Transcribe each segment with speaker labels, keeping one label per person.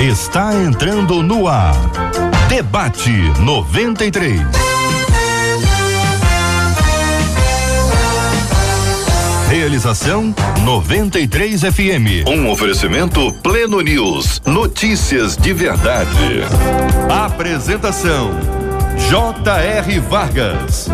Speaker 1: Está entrando no ar. Debate 93. Realização 93 FM. Um oferecimento Pleno News. Notícias de verdade. Apresentação J.R. Vargas.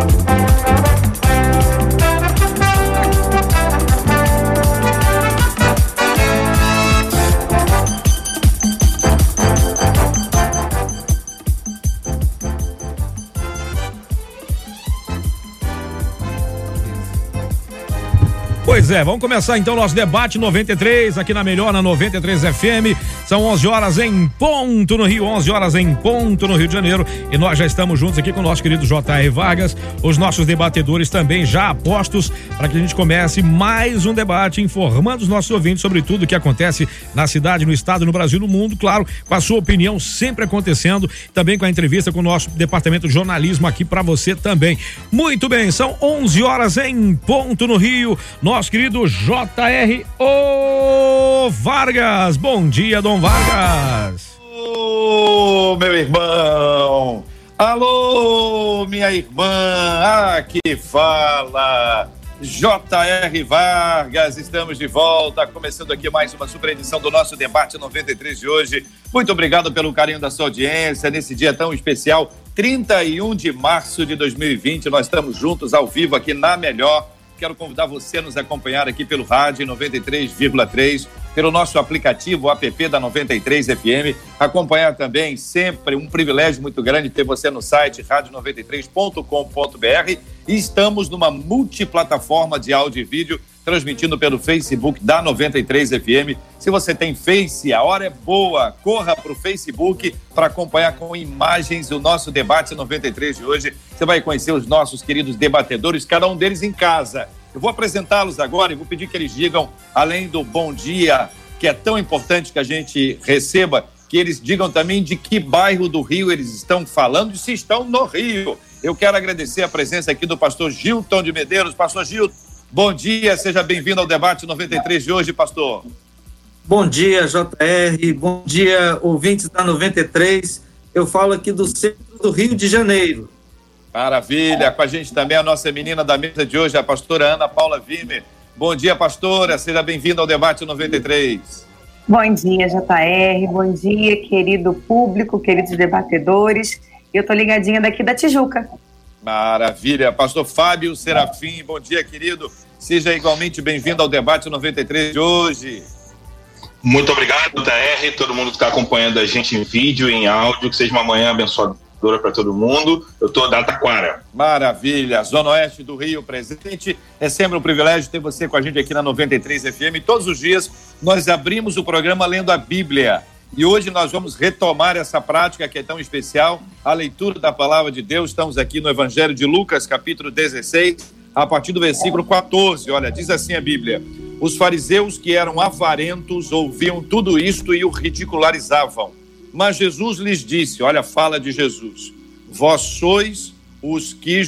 Speaker 2: Pois é, vamos começar então nosso debate 93 aqui na Melhor, na 93 FM. São 11 horas em ponto no Rio, 11 horas em ponto no Rio de Janeiro, e nós já estamos juntos aqui com o nosso querido J.R. Vargas, os nossos debatedores também já apostos para que a gente comece mais um debate informando os nossos ouvintes sobre tudo o que acontece na cidade, no estado, no Brasil, no mundo, claro, com a sua opinião sempre acontecendo, também com a entrevista com o nosso departamento de jornalismo aqui para você também. Muito bem, são 11 horas em ponto no Rio, nosso querido J.R. Vargas. Bom dia, Dom Vargas.
Speaker 3: Ô, meu irmão. Alô, minha irmã. Aqui fala J.R. Vargas. Estamos de volta, começando aqui mais uma super edição do nosso debate 93 de hoje. Muito obrigado pelo carinho da sua audiência nesse dia tão especial, 31 de março de 2020. Nós estamos juntos ao vivo aqui na Melhor. Quero convidar você a nos acompanhar aqui pelo rádio 93,3, pelo nosso aplicativo, o app da 93 FM. Acompanhar também, sempre um privilégio muito grande ter você no site radio93.com.br. E estamos numa multiplataforma de áudio e vídeo, transmitindo pelo Facebook da 93 FM. Se você tem Face, a hora é boa. Corra para o Facebook para acompanhar com imagens o nosso debate 93 de hoje. Você vai conhecer os nossos queridos debatedores, cada um deles em casa. Eu vou apresentá-los agora e vou pedir que eles digam, além do bom dia, que é tão importante que a gente receba, que eles digam também de que bairro do Rio eles estão falando e se estão no Rio. Eu quero agradecer a presença aqui do pastor Gilton de Medeiros. Pastor Gilton, bom dia, seja bem-vindo ao debate 93 de hoje, pastor.
Speaker 4: Bom dia, JR, bom dia, ouvintes da 93. Eu falo aqui do centro do Rio de Janeiro.
Speaker 3: Maravilha, com a gente também a nossa menina da mesa de hoje, a pastora Ana Paula Vimer. Bom dia, pastora, seja bem-vinda ao debate 93.
Speaker 5: Bom dia, JR, bom dia, querido público, queridos debatedores. Eu tô ligadinha daqui da Tijuca.
Speaker 3: Maravilha, pastor Fábio Serafim, bom dia, querido. Seja igualmente bem-vindo ao debate 93 de hoje.
Speaker 6: Muito obrigado, JR, todo mundo que está acompanhando a gente em vídeo, em áudio, que seja uma manhã abençoadora para todo mundo. Eu estou da Taquara.
Speaker 3: Maravilha, Zona Oeste do Rio presente. É sempre um privilégio ter você com a gente aqui na 93 FM. Todos os dias nós abrimos o programa lendo a Bíblia. E hoje nós vamos retomar essa prática que é tão especial, a leitura da palavra de Deus. Estamos aqui no Evangelho de Lucas, capítulo 16, a partir do versículo 14. Olha, diz assim a Bíblia: os fariseus que eram avarentos ouviam tudo isto e o ridicularizavam. Mas Jesus lhes disse, olha a fala de Jesus: vós sois os que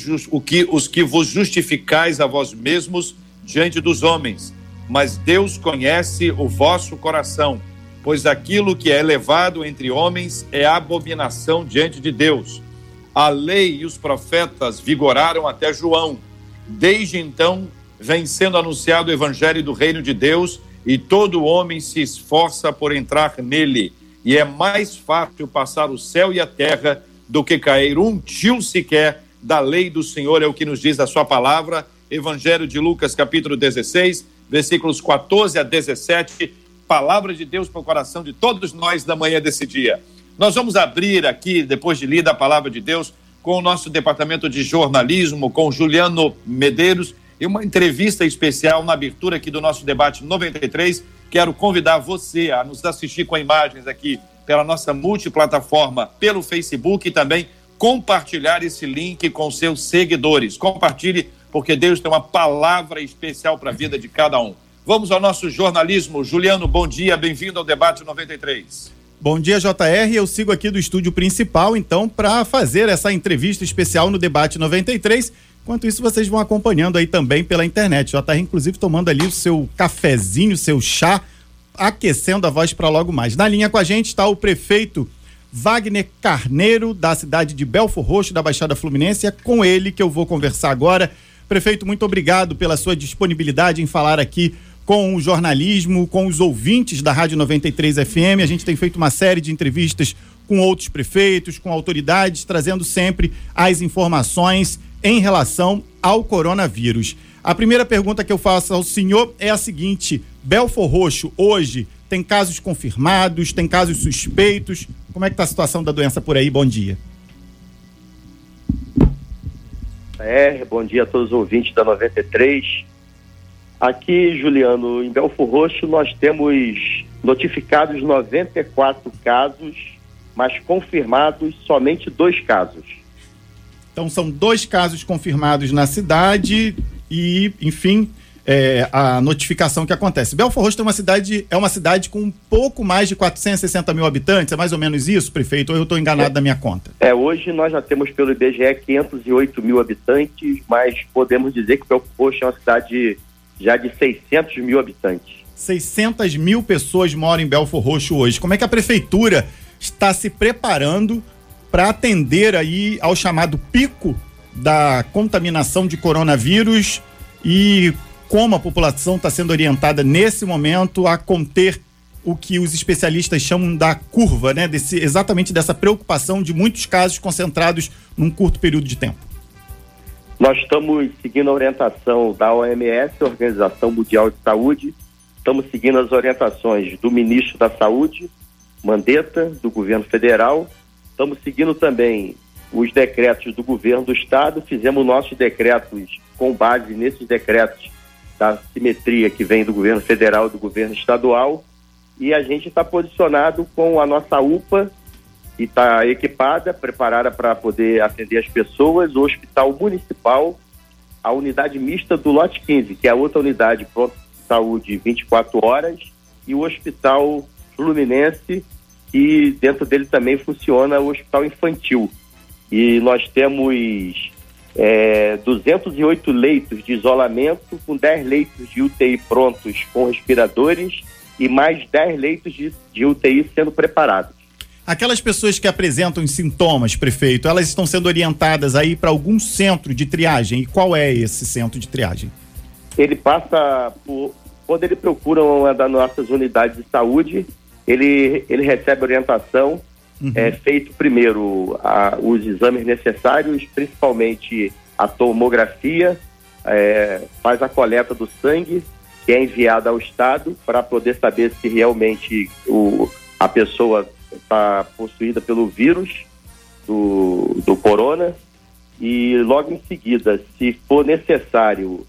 Speaker 3: vos justificais a vós mesmos diante dos homens, mas Deus conhece o vosso coração, pois aquilo que é elevado entre homens é abominação diante de Deus. A lei e os profetas vigoraram até João. Desde então vem sendo anunciado o evangelho do reino de Deus, e todo homem se esforça por entrar nele. E é mais fácil passar o céu e a terra do que cair um tio sequer da lei do Senhor, é o que nos diz a sua palavra. Evangelho de Lucas, capítulo 16, versículos 14 a 17, palavra de Deus para o coração de todos nós na manhã desse dia. Nós vamos abrir aqui, depois de lida a palavra de Deus, com o nosso departamento de jornalismo, com Juliano Medeiros, e uma entrevista especial na abertura aqui do nosso debate 93. Quero convidar você a nos assistir com imagens aqui pela nossa multiplataforma, pelo Facebook, e também compartilhar esse link com seus seguidores. Compartilhe, porque Deus tem uma palavra especial para a vida de cada um. Vamos ao nosso jornalismo. Juliano, bom dia, bem-vindo ao debate 93.
Speaker 7: Bom dia, JR. Eu sigo aqui do estúdio principal, então, para fazer essa entrevista especial no debate 93. Enquanto isso, vocês vão acompanhando aí também pela internet. JR, inclusive, tomando ali o seu cafezinho, o seu chá, aquecendo a voz para logo mais. Na linha com a gente está o prefeito Wagner Carneiro, da cidade de Belfor Roxo, da Baixada Fluminense. É com ele que eu vou conversar agora. Prefeito, muito obrigado pela sua disponibilidade em falar aqui com o jornalismo, com os ouvintes da Rádio 93 FM. A gente tem feito uma série de entrevistas com outros prefeitos, com autoridades, trazendo sempre as informações em relação ao coronavírus. A primeira pergunta que eu faço ao senhor é a seguinte: Belfor Roxo hoje tem casos confirmados, tem casos suspeitos? Como é que está a situação da doença por aí? Bom dia.
Speaker 8: Bom dia a todos os ouvintes da 93. Aqui, Juliano, em Belfor Roxo, nós temos notificados 94 casos, mas confirmados somente 2 casos.
Speaker 7: Então são 2 casos confirmados na cidade e, enfim, a notificação que acontece. Belfor Roxo é uma cidade com um pouco mais de 460 mil habitantes, é mais ou menos isso, prefeito, ou eu estou enganado da minha conta?
Speaker 8: Hoje nós já temos pelo IBGE 508 mil habitantes, mas podemos dizer que Belfor Roxo é uma cidade já de 600 mil habitantes. 600 mil pessoas moram em Belfor Roxo hoje. Como é que a prefeitura está se preparando para atender aí ao chamado pico da contaminação de coronavírus e como a população está sendo orientada nesse momento a conter o que os especialistas chamam da curva, né? Exatamente dessa preocupação de muitos casos concentrados num curto período de tempo? Nós estamos seguindo a orientação da OMS, Organização Mundial de Saúde, estamos seguindo as orientações do ministro da Saúde, Mandetta, do governo federal, estamos seguindo também os decretos do governo do estado, fizemos nossos decretos com base nesses decretos da simetria que vem do governo federal e do governo estadual, e a gente está posicionado com a nossa UPA e está equipada, preparada para poder atender as pessoas, o hospital municipal, a unidade mista do lote 15, que é a outra unidade pronto de saúde 24 horas, e o hospital Fluminense, e dentro dele também funciona o hospital infantil. E nós temos 208 leitos de isolamento, com 10 leitos de UTI prontos com respiradores e mais 10 leitos de UTI sendo preparados.
Speaker 7: Aquelas pessoas que apresentam sintomas, prefeito, elas estão sendo orientadas aí para algum centro de triagem. E qual é esse centro de triagem?
Speaker 8: Ele passa por... Quando ele procura uma das nossas unidades de saúde, ele recebe orientação, feito primeiro os exames necessários, principalmente a tomografia, faz a coleta do sangue, que é enviada ao estado para poder saber se realmente a pessoa está possuída pelo vírus do corona, e logo em seguida, se for necessário,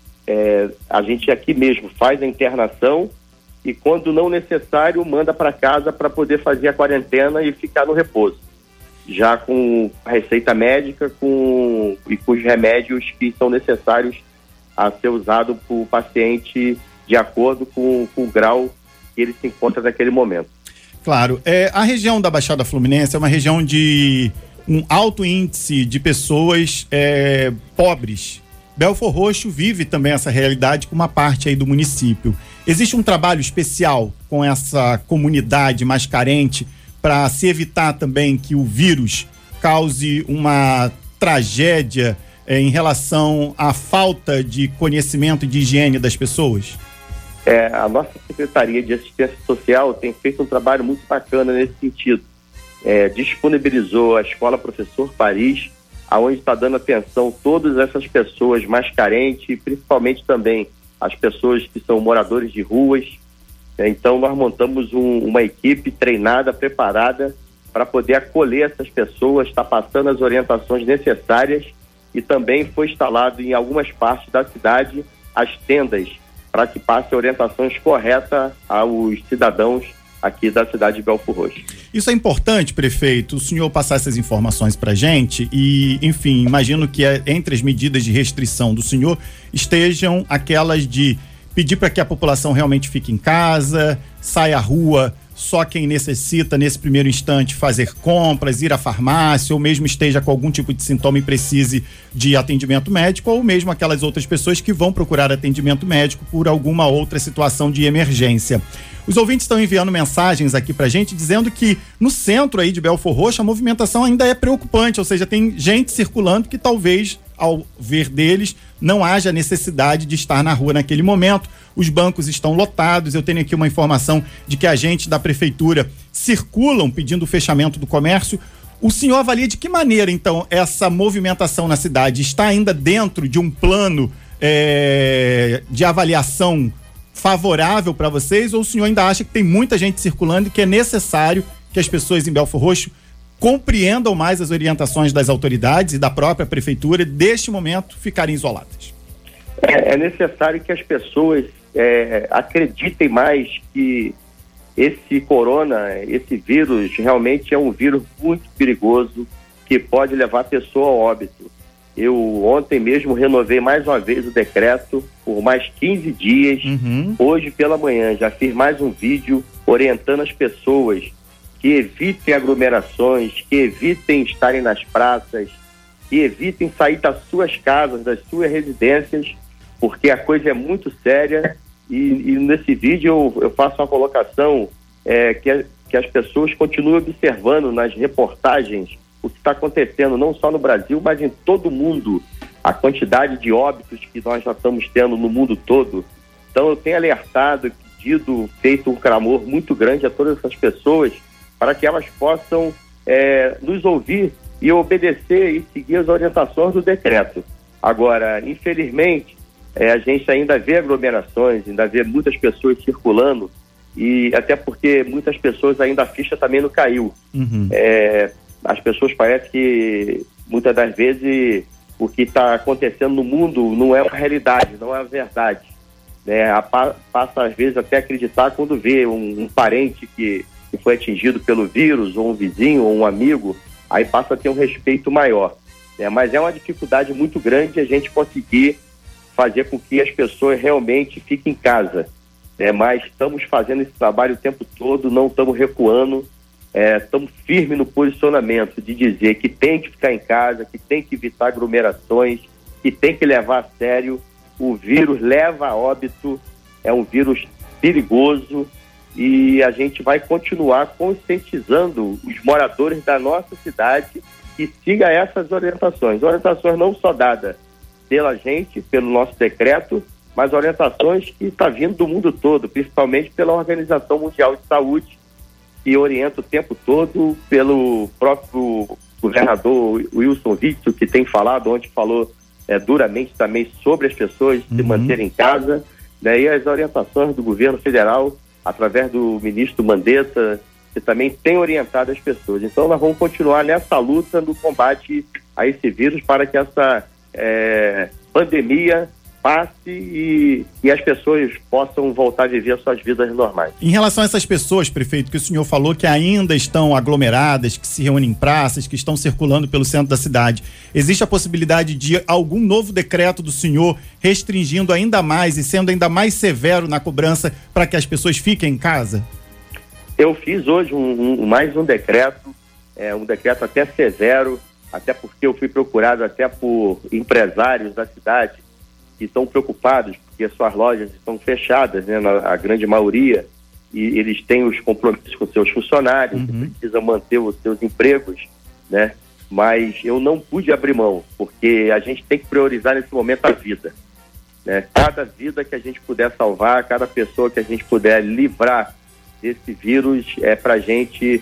Speaker 8: a gente aqui mesmo faz a internação, e quando não necessário, manda para casa para poder fazer a quarentena e ficar no repouso, já com a receita médica e com os remédios que são necessários a ser usado por paciente de acordo com o grau que ele se encontra naquele momento.
Speaker 7: Claro. A região da Baixada Fluminense é uma região de um alto índice de pessoas pobres. Belfor Roxo vive também essa realidade com uma parte aí do município. Existe um trabalho especial com essa comunidade mais carente para se evitar também que o vírus cause uma tragédia em relação à falta de conhecimento e de higiene das pessoas?
Speaker 8: A nossa Secretaria de Assistência Social tem feito um trabalho muito bacana nesse sentido. Disponibilizou a Escola Professor Paris, aonde está dando atenção a todas essas pessoas mais carentes, principalmente também as pessoas que são moradores de ruas. Então nós montamos uma equipe treinada, preparada para poder acolher essas pessoas, está passando as orientações necessárias, e também foi instalado em algumas partes da cidade as tendas para que passe orientações corretas aos cidadãos aqui da cidade de Belfor Roxo. Isso é importante, prefeito, o senhor passar essas informações para a gente e, enfim, imagino que entre as medidas de restrição do senhor estejam aquelas de pedir para que a população realmente fique em casa, saia à rua
Speaker 7: só quem necessita nesse primeiro instante fazer compras, ir à farmácia, ou mesmo esteja com algum tipo de sintoma e precise de atendimento médico, ou mesmo aquelas outras pessoas que vão procurar atendimento médico por alguma outra situação de emergência. Os ouvintes estão enviando mensagens aqui pra gente dizendo que no centro aí de Belford Roxo a movimentação ainda é preocupante, ou seja, tem gente circulando que talvez, ao ver deles, não haja necessidade de estar na rua naquele momento. Os bancos estão lotados. Eu tenho aqui uma informação de que agentes da prefeitura circulam pedindo o fechamento do comércio. O senhor avalia de que maneira, então, essa movimentação na cidade está ainda dentro de um plano de avaliação favorável para vocês, ou o senhor ainda acha que tem muita gente circulando e que é necessário que as pessoas em Belford Roxo compreendam mais as orientações das autoridades e da própria prefeitura e, deste momento, ficarem isoladas?
Speaker 8: É necessário que as pessoas acreditem mais que esse esse vírus realmente é um vírus muito perigoso que pode levar a pessoa ao óbito. Eu ontem mesmo renovei mais uma vez o decreto por mais 15 dias. Hoje pela manhã já fiz mais um vídeo orientando as pessoas que evitem aglomerações, que evitem estarem nas praças, que evitem sair das suas casas, das suas residências, porque a coisa é muito séria. E nesse vídeo eu faço uma colocação que as pessoas continuem observando nas reportagens o que está acontecendo, não só no Brasil, mas em todo o mundo, a quantidade de óbitos que nós já estamos tendo no mundo todo. Então eu tenho alertado, pedido, feito um clamor muito grande a todas essas pessoas para que elas possam nos ouvir e obedecer e seguir as orientações do decreto. Agora, infelizmente, a gente ainda vê aglomerações, ainda vê muitas pessoas circulando, e até porque muitas pessoas ainda a ficha também não caiu. As pessoas parecem que muitas das vezes o que está acontecendo no mundo não é uma realidade, não é uma verdade. Passa às vezes até acreditar quando vê um parente que foi atingido pelo vírus, ou um vizinho, ou um amigo, aí passa a ter um respeito maior. Mas é uma dificuldade muito grande a gente conseguir fazer com que as pessoas realmente fiquem em casa. Mas estamos fazendo esse trabalho o tempo todo, não estamos recuando, estamos firmes no posicionamento de dizer que tem que ficar em casa, que tem que evitar aglomerações, que tem que levar a sério. O vírus leva a óbito, é um vírus perigoso, e a gente vai continuar conscientizando os moradores da nossa cidade que siga essas orientações não só dadas pela gente, pelo nosso decreto, mas orientações que está vindo do mundo todo, principalmente pela Organização Mundial de Saúde, que orienta o tempo todo, pelo próprio governador Wilson Witzel, que tem falado, onde falou duramente também sobre as pessoas se manterem em casa, e as orientações do governo federal, através do ministro Mandetta, que também tem orientado as pessoas. Então nós vamos continuar nessa luta no combate a esse vírus para que essa pandemia passe e as pessoas possam voltar a viver as suas vidas normais.
Speaker 7: Em relação a essas pessoas, prefeito, que o senhor falou que ainda estão aglomeradas, que se reúnem em praças, que estão circulando pelo centro da cidade, existe a possibilidade de algum novo decreto do senhor restringindo ainda mais e sendo ainda mais severo na cobrança para que as pessoas fiquem em casa?
Speaker 8: Eu fiz hoje mais um decreto até severo, até porque eu fui procurado até por empresários da cidade que estão preocupados porque as suas lojas estão fechadas, a grande maioria, e eles têm os compromissos com seus funcionários, precisam manter os seus empregos, mas eu não pude abrir mão, porque a gente tem que priorizar nesse momento a vida, cada vida que a gente puder salvar, cada pessoa que a gente puder livrar desse vírus, pra gente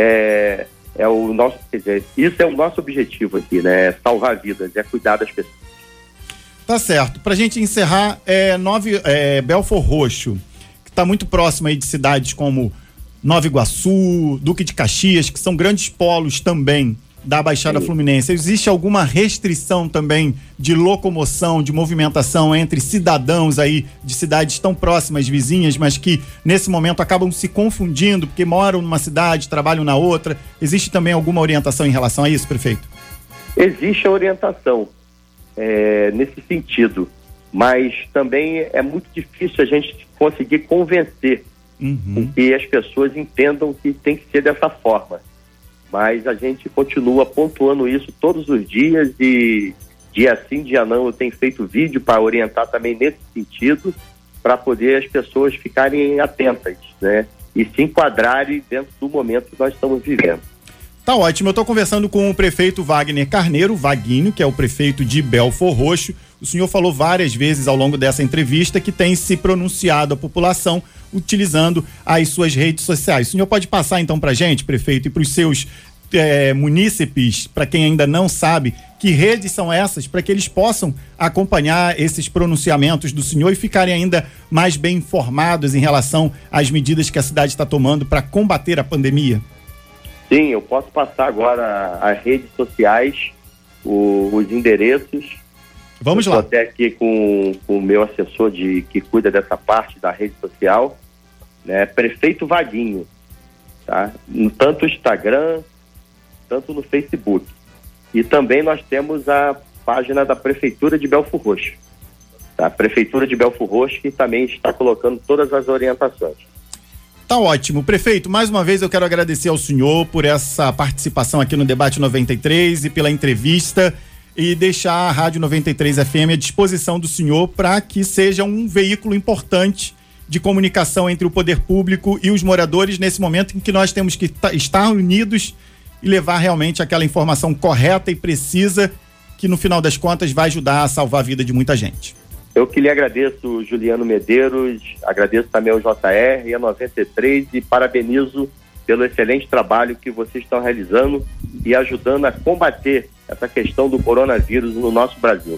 Speaker 8: o nosso, quer dizer, isso é o nosso objetivo aqui, salvar vidas, cuidar das pessoas.
Speaker 7: Tá certo. Pra gente encerrar, Belford Roxo, que está muito próximo aí de cidades como Nova Iguaçu, Duque de Caxias, que são grandes polos também da Baixada Fluminense. Existe alguma restrição também de locomoção, de movimentação entre cidadãos aí de cidades tão próximas, vizinhas, mas que nesse momento acabam se confundindo porque moram numa cidade, trabalham na outra? Existe também alguma orientação em relação a isso, prefeito?
Speaker 8: Existe a orientação nesse sentido, mas também é muito difícil a gente conseguir convencer com que as pessoas entendam que tem que ser dessa forma. Mas a gente continua pontuando isso todos os dias e dia sim, dia não, eu tenho feito vídeo para orientar também nesse sentido, para poder as pessoas ficarem atentas, né? E se enquadrarem dentro do momento que nós estamos vivendo.
Speaker 7: Tá ótimo, eu estou conversando com o prefeito Wagner Carneiro, Vaguinho, que é o prefeito de Belfor Roxo. O senhor falou várias vezes ao longo dessa entrevista que tem se pronunciado à população utilizando as suas redes sociais. O senhor pode passar então para a gente, prefeito, e para os seus munícipes, para quem ainda não sabe, que redes são essas, para que eles possam acompanhar esses pronunciamentos do senhor e ficarem ainda mais bem informados em relação às medidas que a cidade está tomando para combater a pandemia?
Speaker 8: Sim, eu posso passar agora as redes sociais, os endereços.
Speaker 7: Vamos lá.
Speaker 8: Estou até aqui com o meu assessor que cuida dessa parte da rede social, né? Prefeito Vaguinho, tá? Tanto no Instagram, tanto no Facebook. E também nós temos a página da Prefeitura de Belfor Roxo, tá? A Prefeitura de Belfor Roxo, que também está colocando todas as orientações.
Speaker 7: Tá ótimo. Prefeito, mais uma vez eu quero agradecer ao senhor por essa participação aqui no Debate 93 e pela entrevista e deixar a Rádio 93 FM à disposição do senhor para que seja um veículo importante de comunicação entre o poder público e os moradores nesse momento em que nós temos que estar unidos e levar realmente aquela informação correta e precisa que no final das contas vai ajudar a salvar a vida de muita gente.
Speaker 8: Eu que lhe agradeço, Juliano Medeiros, agradeço também ao JR e a 93 e parabenizo pelo excelente trabalho que vocês estão realizando e ajudando a combater essa questão do coronavírus no nosso Brasil.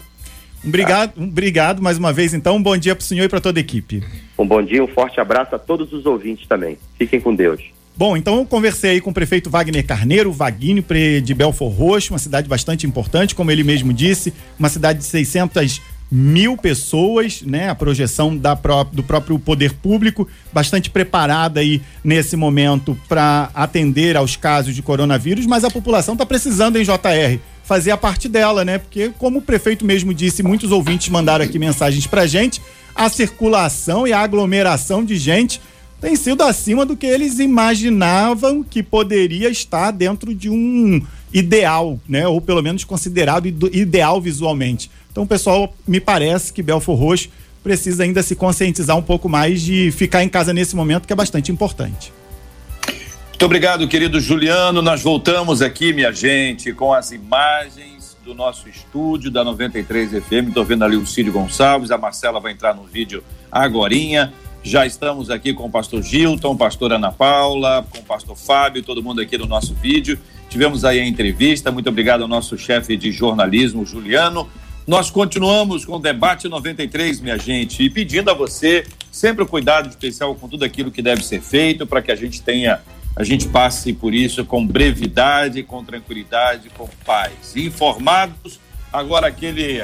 Speaker 7: Obrigado mais uma vez, então. Um bom dia para o senhor e para toda a equipe.
Speaker 8: Um bom dia, um forte abraço a todos os ouvintes também. Fiquem com Deus.
Speaker 7: Bom, então eu conversei aí com o prefeito Wagner Carneiro, Vaguinho, de Belfor Roxo, uma cidade bastante importante, como ele mesmo disse, uma cidade de 600.000 pessoas, né? A projeção do próprio poder público, bastante preparada aí nesse momento para atender aos casos de coronavírus, mas a população está precisando, hein, JR, fazer a parte dela, né? Porque, como o prefeito mesmo disse, muitos ouvintes mandaram aqui mensagens pra gente, a circulação e a aglomeração de gente tem sido acima do que eles imaginavam que poderia estar dentro de um ideal, né? Ou pelo menos considerado ideal visualmente. Então, pessoal, me parece que Belfor Roxo precisa ainda se conscientizar um pouco mais de ficar em casa nesse momento, que é bastante importante.
Speaker 3: Muito obrigado, querido Juliano. Nós voltamos aqui, minha gente, com as imagens do nosso estúdio da 93 FM. Estou vendo ali o Círio Gonçalves, a Marcela vai entrar no vídeo agorinha. Já estamos aqui com o pastor Gilton, pastor Ana Paula, com o pastor Fábio, todo mundo aqui no nosso vídeo. Tivemos aí a entrevista. Muito obrigado ao nosso chefe de jornalismo, Juliano. Nós continuamos com o Debate 93, minha gente, e pedindo a você sempre o cuidado especial com tudo aquilo que deve ser feito para que a gente passe por isso com brevidade, com tranquilidade, com paz. Informados, agora aquele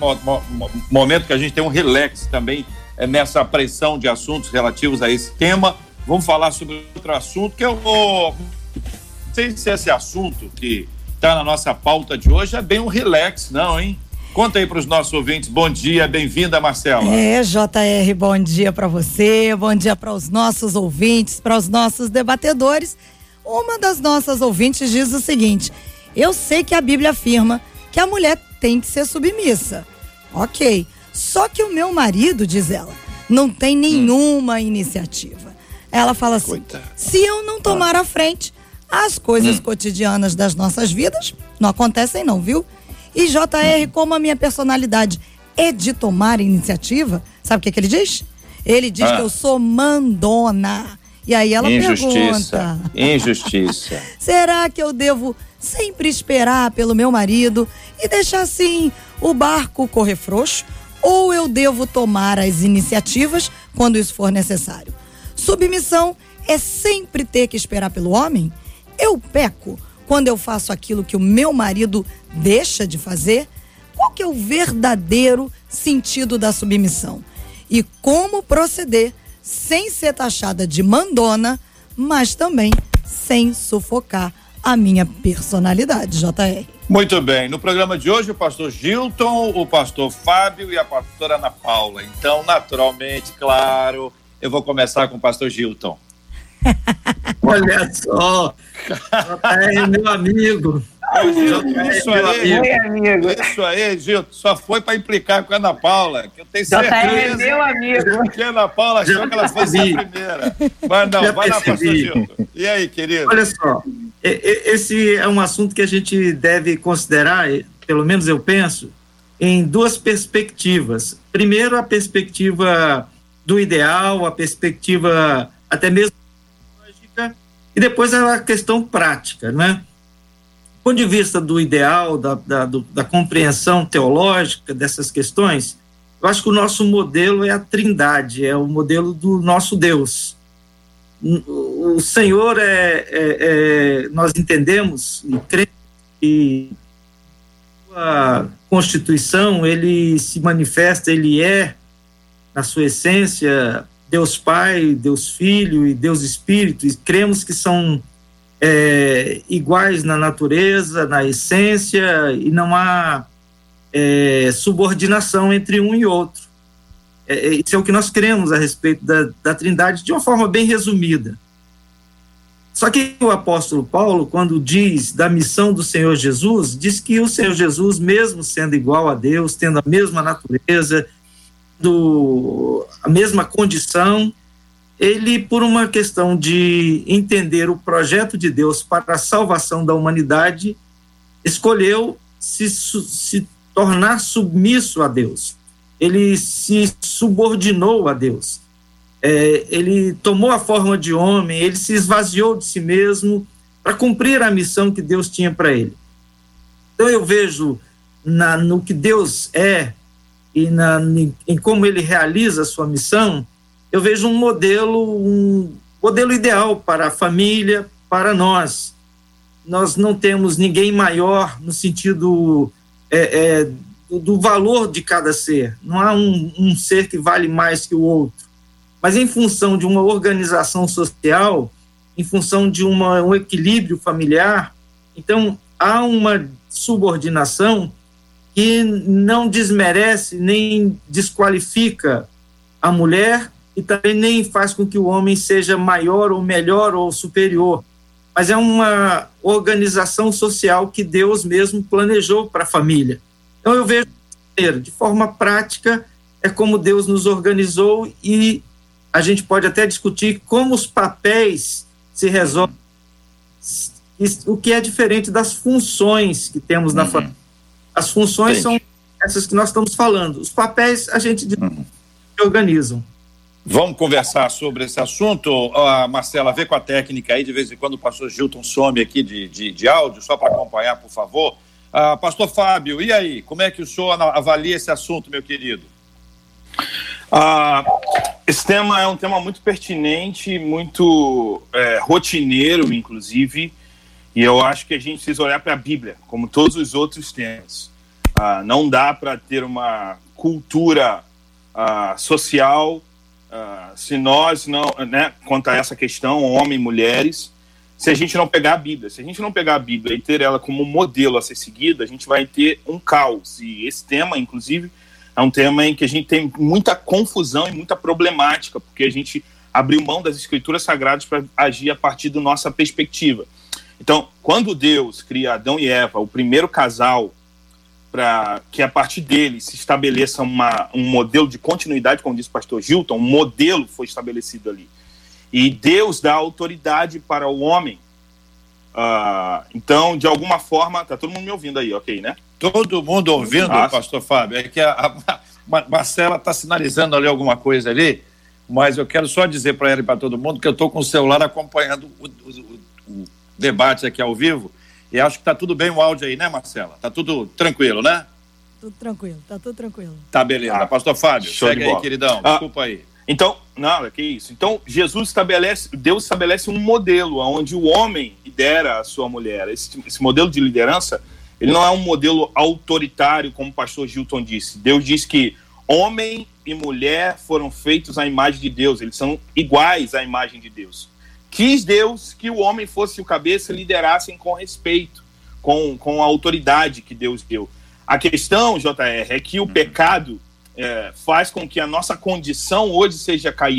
Speaker 3: momento que a gente tem um relax também nessa pressão de assuntos relativos a esse tema. Vamos falar sobre outro assunto que eu não sei se esse assunto que está na nossa pauta de hoje é bem um relax, não, hein? Conta aí para os nossos ouvintes. Bom dia, bem-vinda, Marcela.
Speaker 9: JR, bom dia para você, bom dia para os nossos ouvintes, para os nossos debatedores. Uma das nossas ouvintes diz o seguinte: eu sei que a Bíblia afirma que a mulher tem que ser submissa. Ok, só que o meu marido, diz ela, não tem nenhuma iniciativa. Ela fala assim: coitada, se eu não tomar a frente, as coisas cotidianas das nossas vidas não acontecem não, viu? E JR, como a minha personalidade é de tomar iniciativa, sabe o que ele diz? Ele diz que eu sou mandona. E aí ela pergunta:
Speaker 3: Injustiça.
Speaker 9: Será que eu devo sempre esperar pelo meu marido e deixar assim o barco correr frouxo? Ou eu devo tomar as iniciativas quando isso for necessário? Submissão é sempre ter que esperar pelo homem? Eu peco quando eu faço aquilo que o meu marido deixa de fazer? Qual que é o verdadeiro sentido da submissão? E como proceder sem ser taxada de mandona, mas também sem sufocar a minha personalidade, JR?
Speaker 3: Muito bem, no programa de hoje o pastor Gilton, o pastor Fábio e a pastora Ana Paula. Então, naturalmente, claro, Eu vou começar com o pastor Gilton.
Speaker 4: Olha só, JR, meu amigo.
Speaker 3: Isso aí, Gilton, só foi para implicar com a Ana Paula, que eu tenho certeza.
Speaker 5: JR, meu amigo.
Speaker 3: Que a Ana Paula achou que ela fosse a primeira. Mas não, vai lá, pastor Gilton. E aí, querido?
Speaker 4: Olha só, esse é um assunto que a gente deve considerar, pelo menos eu penso, em duas perspectivas. Primeiro, a perspectiva do ideal, a perspectiva até mesmo lógica, e depois a questão prática, né? Do ponto de vista do ideal, da compreensão teológica dessas questões, eu acho que o nosso modelo é a Trindade, é o modelo do nosso Deus. O Senhor nós entendemos e cremos que a Constituição, ele se manifesta, ele é, na sua essência, Deus Pai, Deus Filho e Deus Espírito, e cremos que são iguais na natureza, na essência, e não há subordinação entre um e outro. Isso é o que nós cremos a respeito da Trindade, de uma forma bem resumida. Só que o apóstolo Paulo, quando diz da missão do Senhor Jesus, diz que o Senhor Jesus, mesmo sendo igual a Deus, tendo a mesma natureza, a mesma condição, ele, por uma questão de entender o projeto de Deus para a salvação da humanidade, escolheu se tornar submisso a Deus. Ele se subordinou a Deus. Ele tomou a forma de homem, ele se esvaziou de si mesmo para cumprir a missão que Deus tinha para ele. Então eu vejo no que Deus é e em como ele realiza a sua missão, eu vejo um modelo ideal para a família, para nós. Nós não temos ninguém maior no sentido do valor de cada ser. Não há um ser que vale mais que o outro. Mas em função de uma organização social, em função de um equilíbrio familiar, então há uma subordinação que não desmerece nem desqualifica a mulher e também nem faz com que o homem seja maior ou melhor ou superior. Mas é uma organização social que Deus mesmo planejou para a família. Então eu vejo de forma prática é como Deus nos organizou, e a gente pode até discutir como os papéis se resolvem, o que é diferente das funções que temos na família. As funções são essas que nós estamos falando. Os papéis a gente organizam.
Speaker 3: Vamos conversar sobre esse assunto. Marcela, vê com a técnica aí, de vez em quando o pastor Gilton some aqui de áudio, só para acompanhar, por favor. Pastor Fábio, e aí? Como é que o senhor avalia esse assunto, meu querido?
Speaker 6: Esse tema é um tema muito pertinente, muito rotineiro, inclusive, e eu acho que a gente precisa olhar para a Bíblia, como todos os outros temas. Não dá para ter uma cultura social se nós não, quanto a essa questão, homens e mulheres, se a gente não pegar a Bíblia. Se a gente não pegar a Bíblia e ter ela como modelo a ser seguido, a gente vai ter um caos. E esse tema, inclusive, é um tema em que a gente tem muita confusão e muita problemática, porque a gente abriu mão das escrituras sagradas para agir a partir da nossa perspectiva. Então, quando Deus cria Adão e Eva, o primeiro casal, para que a partir dele se estabeleça um modelo de continuidade, como disse o pastor Gilton, um modelo foi estabelecido ali. E Deus dá autoridade para o homem. Então, de alguma forma, tá todo mundo me ouvindo aí, ok, né?
Speaker 3: Todo mundo ouvindo, pastor Fábio. É que a Marcela está sinalizando ali alguma coisa ali, mas eu quero só dizer para ela e para todo mundo que eu estou com o celular acompanhando o debate aqui ao vivo, e acho que está tudo bem o áudio aí, né, Marcela? Está tudo tranquilo, né?
Speaker 9: Tudo tranquilo, tá tudo tranquilo.
Speaker 3: Tá, beleza. Pastor Fábio, segue aí, queridão. Desculpa aí.
Speaker 6: Então, não, que isso. Então, Deus estabelece um modelo onde o homem lidera a sua mulher. Esse modelo de liderança, ele não é um modelo autoritário, como o pastor Gilton disse. Deus diz que homem e mulher foram feitos à imagem de Deus. Eles são iguais à imagem de Deus. Quis Deus que o homem fosse o cabeça e liderassem com respeito, com a autoridade que Deus deu. A questão, JR, é que o pecado faz com que a nossa condição hoje seja caída.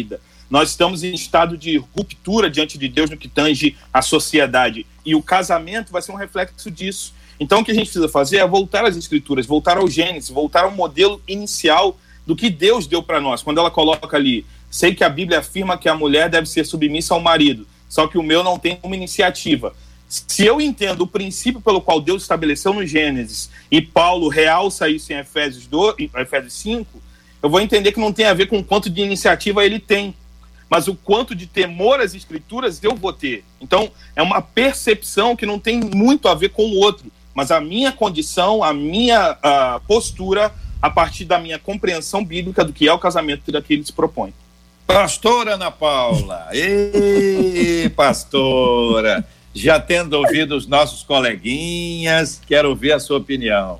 Speaker 6: Nós estamos em estado de ruptura diante de Deus no que tange a sociedade. E o casamento vai ser um reflexo disso. Então, o que a gente precisa fazer é voltar às Escrituras, voltar ao Gênesis, voltar ao modelo inicial do que Deus deu para nós. Quando ela coloca ali, sei que a Bíblia afirma que a mulher deve ser submissa ao marido, só que o meu não tem uma iniciativa. Se eu entendo o princípio pelo qual Deus estabeleceu no Gênesis, e Paulo realça isso em Efésios 5, eu vou entender que não tem a ver com o quanto de iniciativa ele tem, mas o quanto de temor às Escrituras eu vou ter. Então, é uma percepção que não tem muito a ver com o outro, mas a minha condição, a minha postura, a partir da minha compreensão bíblica do que é o casamento e daquilo que se propõe.
Speaker 3: Pastora Ana Paula, ei, pastora, já tendo ouvido os nossos coleguinhas, quero ouvir a sua opinião.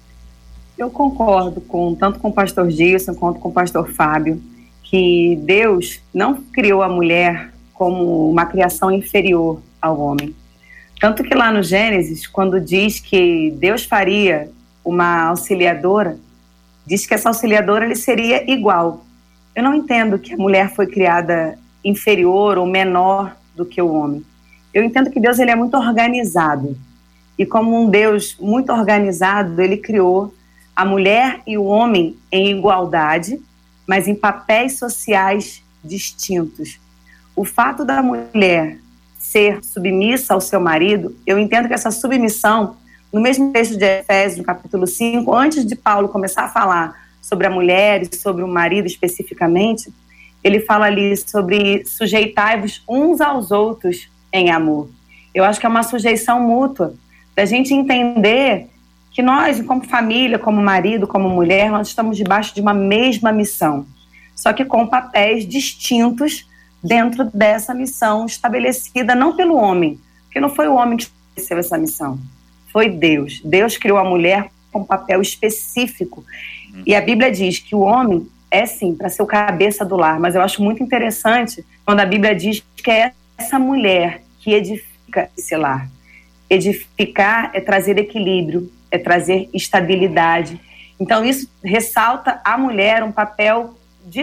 Speaker 5: Eu concordo tanto com o pastor Gilson quanto com o pastor Fábio, que Deus não criou a mulher como uma criação inferior ao homem. Tanto que lá no Gênesis, quando diz que Deus faria uma auxiliadora, diz que essa auxiliadora ele seria igual. Eu não entendo que a mulher foi criada inferior ou menor do que o homem. Eu entendo que Deus ele é muito organizado. E como um Deus muito organizado, ele criou a mulher e o homem em igualdade, mas em papéis sociais distintos. O fato da mulher ser submissa ao seu marido, eu entendo que essa submissão, no mesmo texto de Efésios, no capítulo 5, antes de Paulo começar a falar sobre a mulher e sobre o marido especificamente, ele fala ali sobre sujeitai-vos uns aos outros em amor. Eu acho que é uma sujeição mútua, da gente entender que nós, como família, como marido, como mulher, nós estamos debaixo de uma mesma missão, só que com papéis distintos dentro dessa missão estabelecida não pelo homem, porque não foi o homem que estabeleceu essa missão, foi Deus. Deus criou a mulher com um papel específico. E a Bíblia diz que o homem é sim para ser o cabeça do lar, mas eu acho muito interessante quando a Bíblia diz que é essa mulher que edifica esse lar. Edificar é trazer equilíbrio, é trazer estabilidade. Então isso ressalta a mulher um papel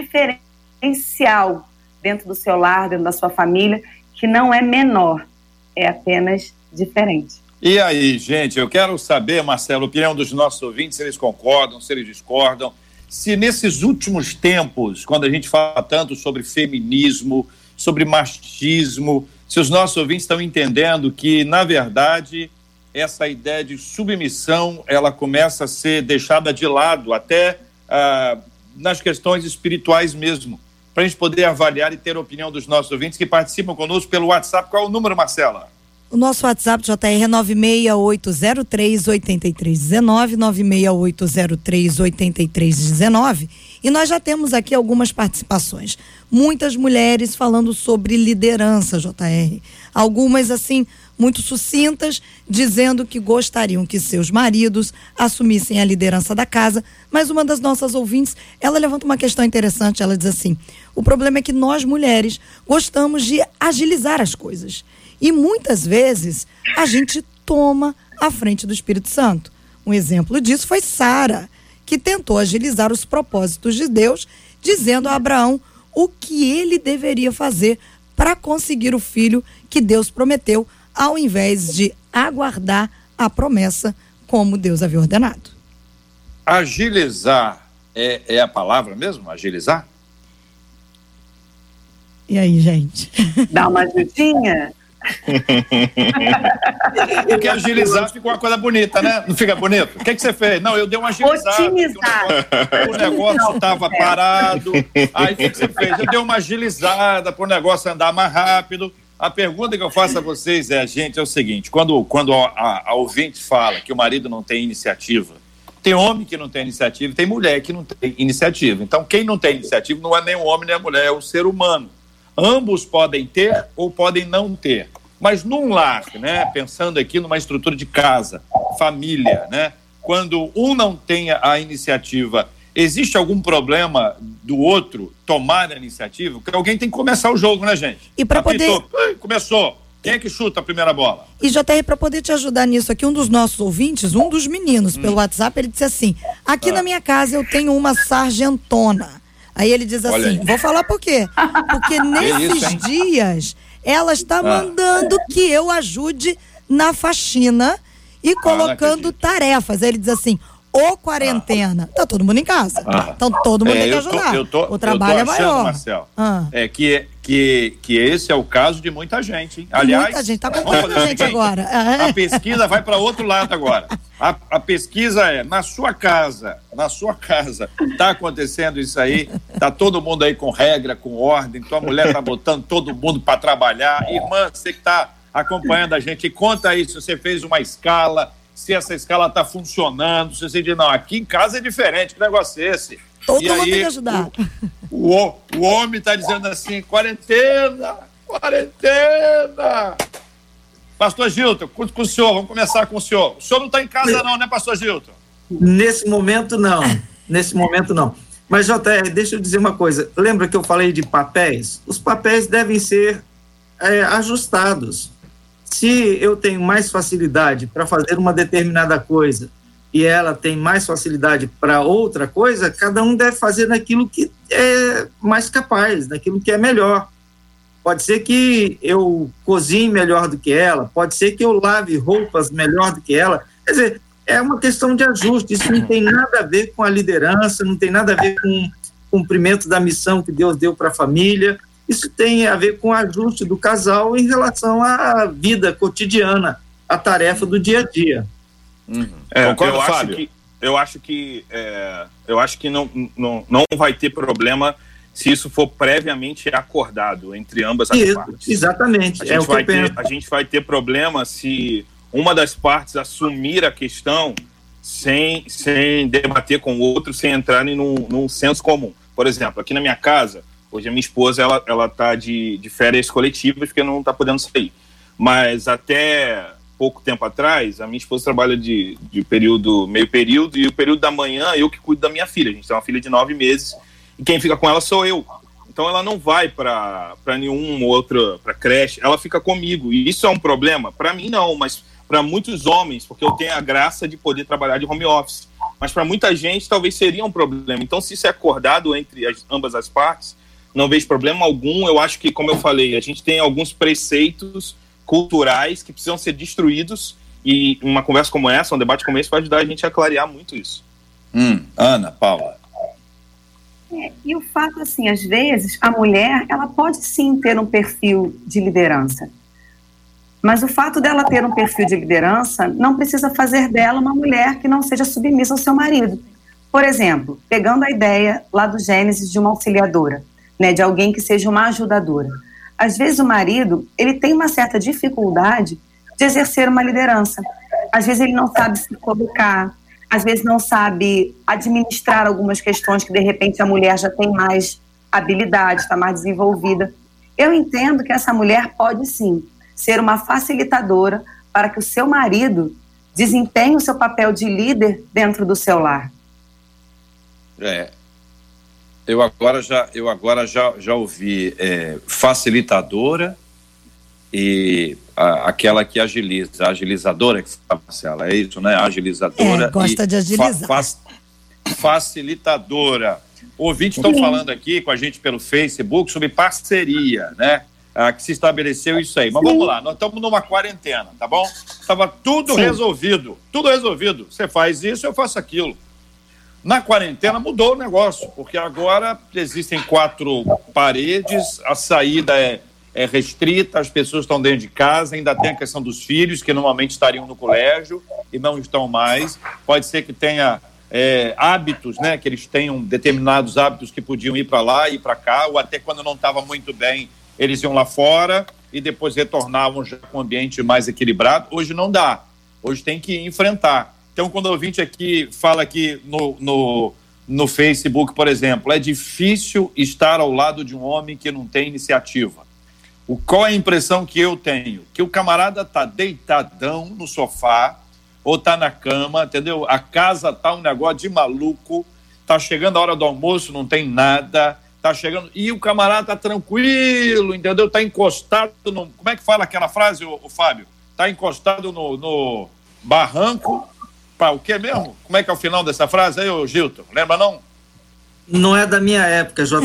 Speaker 5: diferencial dentro do seu lar, dentro da sua família, que não é menor, é apenas diferente.
Speaker 3: E aí, gente, eu quero saber, Marcelo, a opinião dos nossos ouvintes, se eles concordam, se eles discordam, se nesses últimos tempos, quando a gente fala tanto sobre feminismo, sobre machismo, se os nossos ouvintes estão entendendo que, na verdade, essa ideia de submissão, ela começa a ser deixada de lado, até nas questões espirituais mesmo, para a gente poder avaliar e ter a opinião dos nossos ouvintes que participam conosco pelo WhatsApp. Qual é o número, Marcela?
Speaker 9: O nosso WhatsApp, JR, é 96803-8319, 96803-8319. E nós já temos aqui algumas participações. Muitas mulheres falando sobre liderança, JR. Algumas, assim, muito sucintas, dizendo que gostariam que seus maridos assumissem a liderança da casa. Mas uma das nossas ouvintes, ela levanta uma questão interessante. Ela diz assim: o problema é que nós, mulheres, gostamos de agilizar as coisas. E muitas vezes a gente toma a frente do Espírito Santo. Um exemplo disso foi Sara, que tentou agilizar os propósitos de Deus, dizendo a Abraão o que ele deveria fazer para conseguir o filho que Deus prometeu, ao invés de aguardar a promessa como Deus havia ordenado.
Speaker 3: Agilizar é a palavra mesmo? Agilizar?
Speaker 9: E aí, gente?
Speaker 5: Dá uma ajudinha?
Speaker 3: Porque agilizar fica uma coisa bonita, né? Não fica bonito? O que você fez? Não, eu dei uma agilizada. O negócio estava parado. Aí o que você fez? Eu dei uma agilizada para o negócio andar mais rápido. A pergunta que eu faço a vocês é o seguinte: quando a ouvinte fala que o marido não tem iniciativa, tem homem que não tem iniciativa, tem mulher que não tem iniciativa. Então, quem não tem iniciativa não é nem o homem nem a mulher, é o ser humano. Ambos podem ter ou podem não ter. Mas num lar, né, pensando aqui numa estrutura de casa, família, né, quando um não tem a iniciativa, existe algum problema do outro tomar a iniciativa? Porque alguém tem que começar o jogo, né, gente?
Speaker 9: E para poder...
Speaker 3: Começou. Quem é que chuta a primeira bola?
Speaker 9: E JR, para poder te ajudar nisso aqui, um dos nossos ouvintes, um dos meninos, pelo WhatsApp, ele disse assim: aqui na minha casa eu tenho uma sargentona. Aí ele diz assim, vou falar por quê? Porque nesses dias ela está mandando que eu ajude na faxina e colocando tarefas. Aí ele diz assim, quarentena. Tá todo mundo em casa. Então todo mundo tem que ajudar. O trabalho é maior.
Speaker 3: Marcel, que esse é o caso de muita gente. Hein? Aliás,
Speaker 9: muita gente, tá com muita gente agora.
Speaker 3: A pesquisa vai para outro lado agora. A pesquisa é, na sua casa, tá acontecendo isso aí, tá todo mundo aí com regra, com ordem, tua mulher tá botando todo mundo para trabalhar. Irmã, você que tá acompanhando a gente, conta aí se você fez uma escala, se essa escala está funcionando, se você diz, não, aqui em casa é diferente, que negócio é esse?
Speaker 9: Todo mundo tem que ajudar.
Speaker 3: O homem está dizendo assim, quarentena! Pastor Gilton, com o senhor, vamos começar com o senhor. O senhor não está em casa não, né, pastor Gilton?
Speaker 4: Nesse momento não. Mas, JR, deixa eu dizer uma coisa. Lembra que eu falei de papéis? Os papéis devem ser ajustados. Se eu tenho mais facilidade para fazer uma determinada coisa e ela tem mais facilidade para outra coisa, cada um deve fazer naquilo que é mais capaz, naquilo que é melhor. Pode ser que eu cozinhe melhor do que ela, pode ser que eu lave roupas melhor do que ela. Quer dizer, é uma questão de ajuste. Isso não tem nada a ver com a liderança, não tem nada a ver com o cumprimento da missão que Deus deu para a família. Isso tem a ver com o ajuste do casal em relação à vida cotidiana, à tarefa do dia a dia.
Speaker 6: Eu acho que não vai ter problema se isso for previamente acordado entre ambas as partes.
Speaker 4: Exatamente.
Speaker 6: A gente vai ter problema se uma das partes assumir a questão sem debater com o outro, sem entrarem num senso comum. Por exemplo, aqui na minha casa, hoje a minha esposa, ela tá de férias coletivas porque não tá podendo sair. Mas até pouco tempo atrás, a minha esposa trabalha de meio período, e o período da manhã eu que cuido da minha filha. A gente tem uma filha de 9 meses e quem fica com ela sou eu. Então ela não vai para nenhuma outra, para creche, ela fica comigo. E isso é um problema? Para mim não, mas para muitos homens, porque eu tenho a graça de poder trabalhar de home office. Mas para muita gente talvez seria um problema. Então se isso é acordado entre ambas as partes, não vejo problema algum. Eu acho que, como eu falei, a gente tem alguns preceitos culturais que precisam ser destruídos, e uma conversa como essa, um debate como esse, vai ajudar a gente a clarear muito isso.
Speaker 3: Ana Paula.
Speaker 5: E o fato, assim, às vezes, a mulher, ela pode sim ter um perfil de liderança, mas o fato dela ter um perfil de liderança não precisa fazer dela uma mulher que não seja submissa ao seu marido. Por exemplo, pegando a ideia lá do Gênesis de uma auxiliadora, né, de alguém que seja uma ajudadora. Às vezes o marido, ele tem uma certa dificuldade de exercer uma liderança. Às vezes ele não sabe se colocar, às vezes não sabe administrar algumas questões que de repente a mulher já tem mais habilidade, está mais desenvolvida. Eu entendo que essa mulher pode sim ser uma facilitadora para que o seu marido desempenhe o seu papel de líder dentro do seu lar.
Speaker 3: Eu agora já ouvi facilitadora e aquela que agiliza, a agilizadora, que fala, Marcela, é isso, né? Agilizadora.
Speaker 9: Gosta de agilizar.
Speaker 3: Facilitadora. Ouvintes estão falando aqui com a gente pelo Facebook sobre parceria, né? Que se estabeleceu isso aí. Mas vamos lá, nós estamos numa quarentena, tá bom? Estava tudo resolvido. Você faz isso, eu faço aquilo. Na quarentena mudou o negócio, porque agora existem 4 paredes, a saída é restrita, as pessoas estão dentro de casa, ainda tem a questão dos filhos, que normalmente estariam no colégio e não estão mais. Pode ser que tenha hábitos, né, que eles tenham determinados hábitos que podiam ir para lá, ir para cá, ou até quando não estava muito bem, eles iam lá fora e depois retornavam já com um ambiente mais equilibrado. Hoje não dá, hoje tem que enfrentar. Então, quando o ouvinte aqui fala aqui no Facebook, por exemplo, é difícil estar ao lado de um homem que não tem iniciativa. Qual é a impressão que eu tenho? Que o camarada está deitadão no sofá ou está na cama, entendeu? A casa está um negócio de maluco, está chegando a hora do almoço, não tem nada, está chegando... E o camarada está tranquilo, entendeu? Está encostado no... Como é que fala aquela frase, o Fábio? Está encostado no barranco... O que mesmo? Como é que é o final dessa frase aí, ô Gilton? Lembra não?
Speaker 4: Não é da minha época, JR.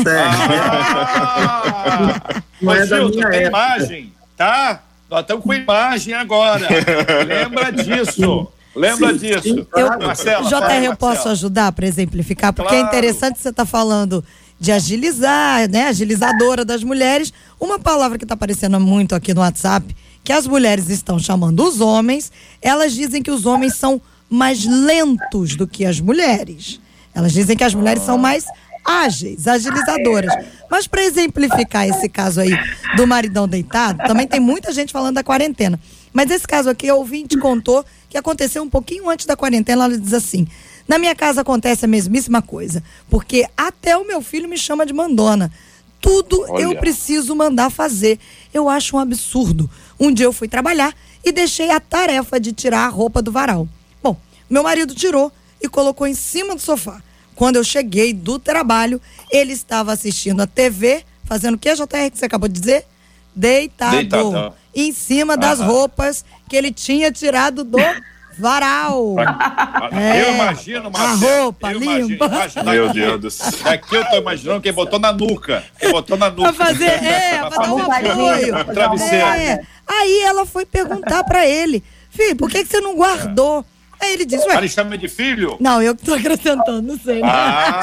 Speaker 3: Não é da minha época. Imagem, tá? Nós estamos com imagem agora. Lembra disso. Disso.
Speaker 9: Marcela, JR, eu posso ajudar para exemplificar? Porque é interessante você estar falando de agilizar, né? Agilizadora das mulheres. Uma palavra que está aparecendo muito aqui no WhatsApp, que as mulheres estão chamando os homens, elas dizem que os homens são mais lentos do que as mulheres. Elas dizem que as mulheres são mais ágeis, agilizadoras. Mas para exemplificar esse caso aí do maridão deitado, também tem muita gente falando da quarentena. Mas esse caso aqui, o ouvinte contou que aconteceu um pouquinho antes da quarentena. Ela diz assim: na minha casa acontece a mesmíssima coisa, porque até o meu filho me chama de mandona. Tudo eu preciso mandar fazer. Eu acho um absurdo. Um dia eu fui trabalhar e deixei a tarefa de tirar a roupa do varal. Bom, meu marido tirou e colocou em cima do sofá. Quando eu cheguei do trabalho, ele estava assistindo a TV, fazendo o que, JR, que você acabou de dizer? Deitado. Em cima das roupas que ele tinha tirado do varal.
Speaker 3: Eu imagino, Marcelo.
Speaker 9: A roupa limpa.
Speaker 6: Meu Deus do céu.
Speaker 3: Daqui eu tô imaginando quem botou na nuca.
Speaker 9: Pra fazer, pra dar um apoio.
Speaker 3: Travesseiro.
Speaker 9: Aí ela foi perguntar pra ele: filho, por que você não guardou? Aí ele disse: ué.
Speaker 3: Ele chama de filho?
Speaker 9: Não, eu que tô acrescentando, não sei. Né?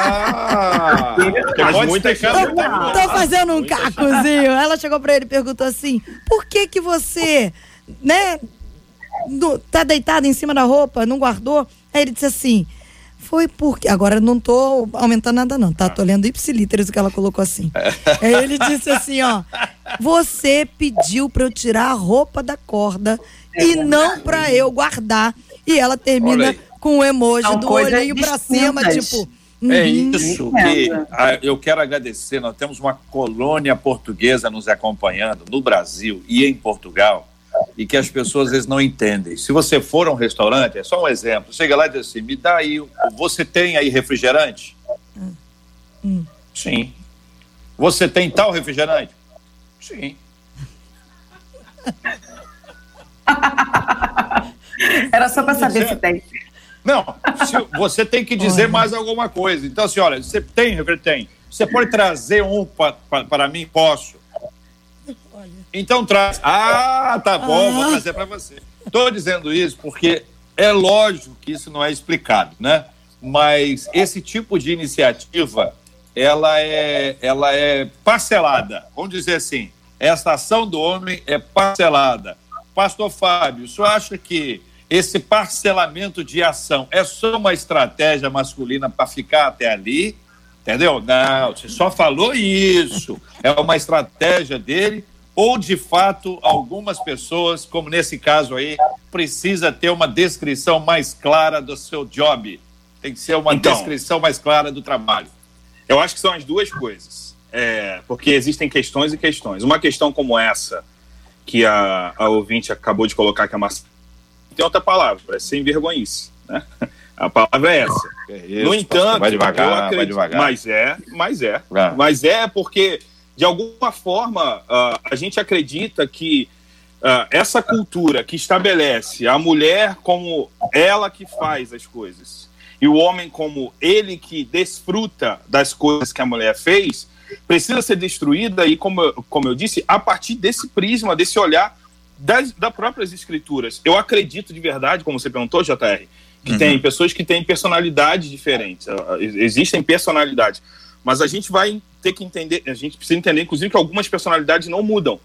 Speaker 9: Tô fazendo um cacozinho. Ela chegou pra ele e perguntou assim: por que você, né, tá deitado em cima da roupa, não guardou? Aí ele disse assim: foi porque... Agora eu não tô aumentando nada não, tá? Tô lendo ipsilíteres o que ela colocou assim. Aí ele disse assim, ó: você pediu pra eu tirar a roupa da corda e não pra eu guardar. E ela termina com o emoji do olhinho pra cima, tipo...
Speaker 3: É isso que eu quero agradecer. Nós temos uma colônia portuguesa nos acompanhando no Brasil e em Portugal, e que as pessoas às vezes não entendem. Se você for a um restaurante, é só um exemplo, chega lá e diz assim: me dá aí, você tem aí refrigerante? Sim. Você tem tal refrigerante? Sim.
Speaker 5: Era só para saber se tem.
Speaker 3: Não, você tem que dizer mais alguma coisa. Então, assim, olha, você tem refrigerante? Tem. Você pode trazer um para mim? Posso. Então traz. Tá bom, vou trazer para você. Estou dizendo isso porque é lógico que isso não é explicado, né? Mas esse tipo de iniciativa, ela é parcelada. Vamos dizer assim, essa ação do homem é parcelada. Pastor Fábio, o senhor acha que esse parcelamento de ação é só uma estratégia masculina para ficar até ali? Entendeu? Não, você só falou isso. É uma estratégia dele. Ou, de fato, algumas pessoas, como nesse caso aí, precisa ter uma descrição mais clara do seu job. Tem que ser uma descrição mais clara do trabalho.
Speaker 6: Eu acho que são as duas coisas. Porque existem questões e questões. Uma questão como essa, que a ouvinte acabou de colocar, que a Marcela, tem outra palavra, parece sem vergonhice, né? A palavra é essa.
Speaker 3: Isso,
Speaker 6: no entanto,
Speaker 3: vai devagar, vai devagar.
Speaker 6: Mas é porque... De alguma forma, a gente acredita que essa cultura que estabelece a mulher como ela que faz as coisas e o homem como ele que desfruta das coisas que a mulher fez, precisa ser destruída, e como eu disse, a partir desse prisma, desse olhar das próprias escrituras. Eu acredito de verdade, como você perguntou, JR, que tem pessoas que têm personalidades diferentes. Existem personalidades. Mas a gente vai ter que entender, a gente precisa entender, inclusive, que algumas personalidades não mudam.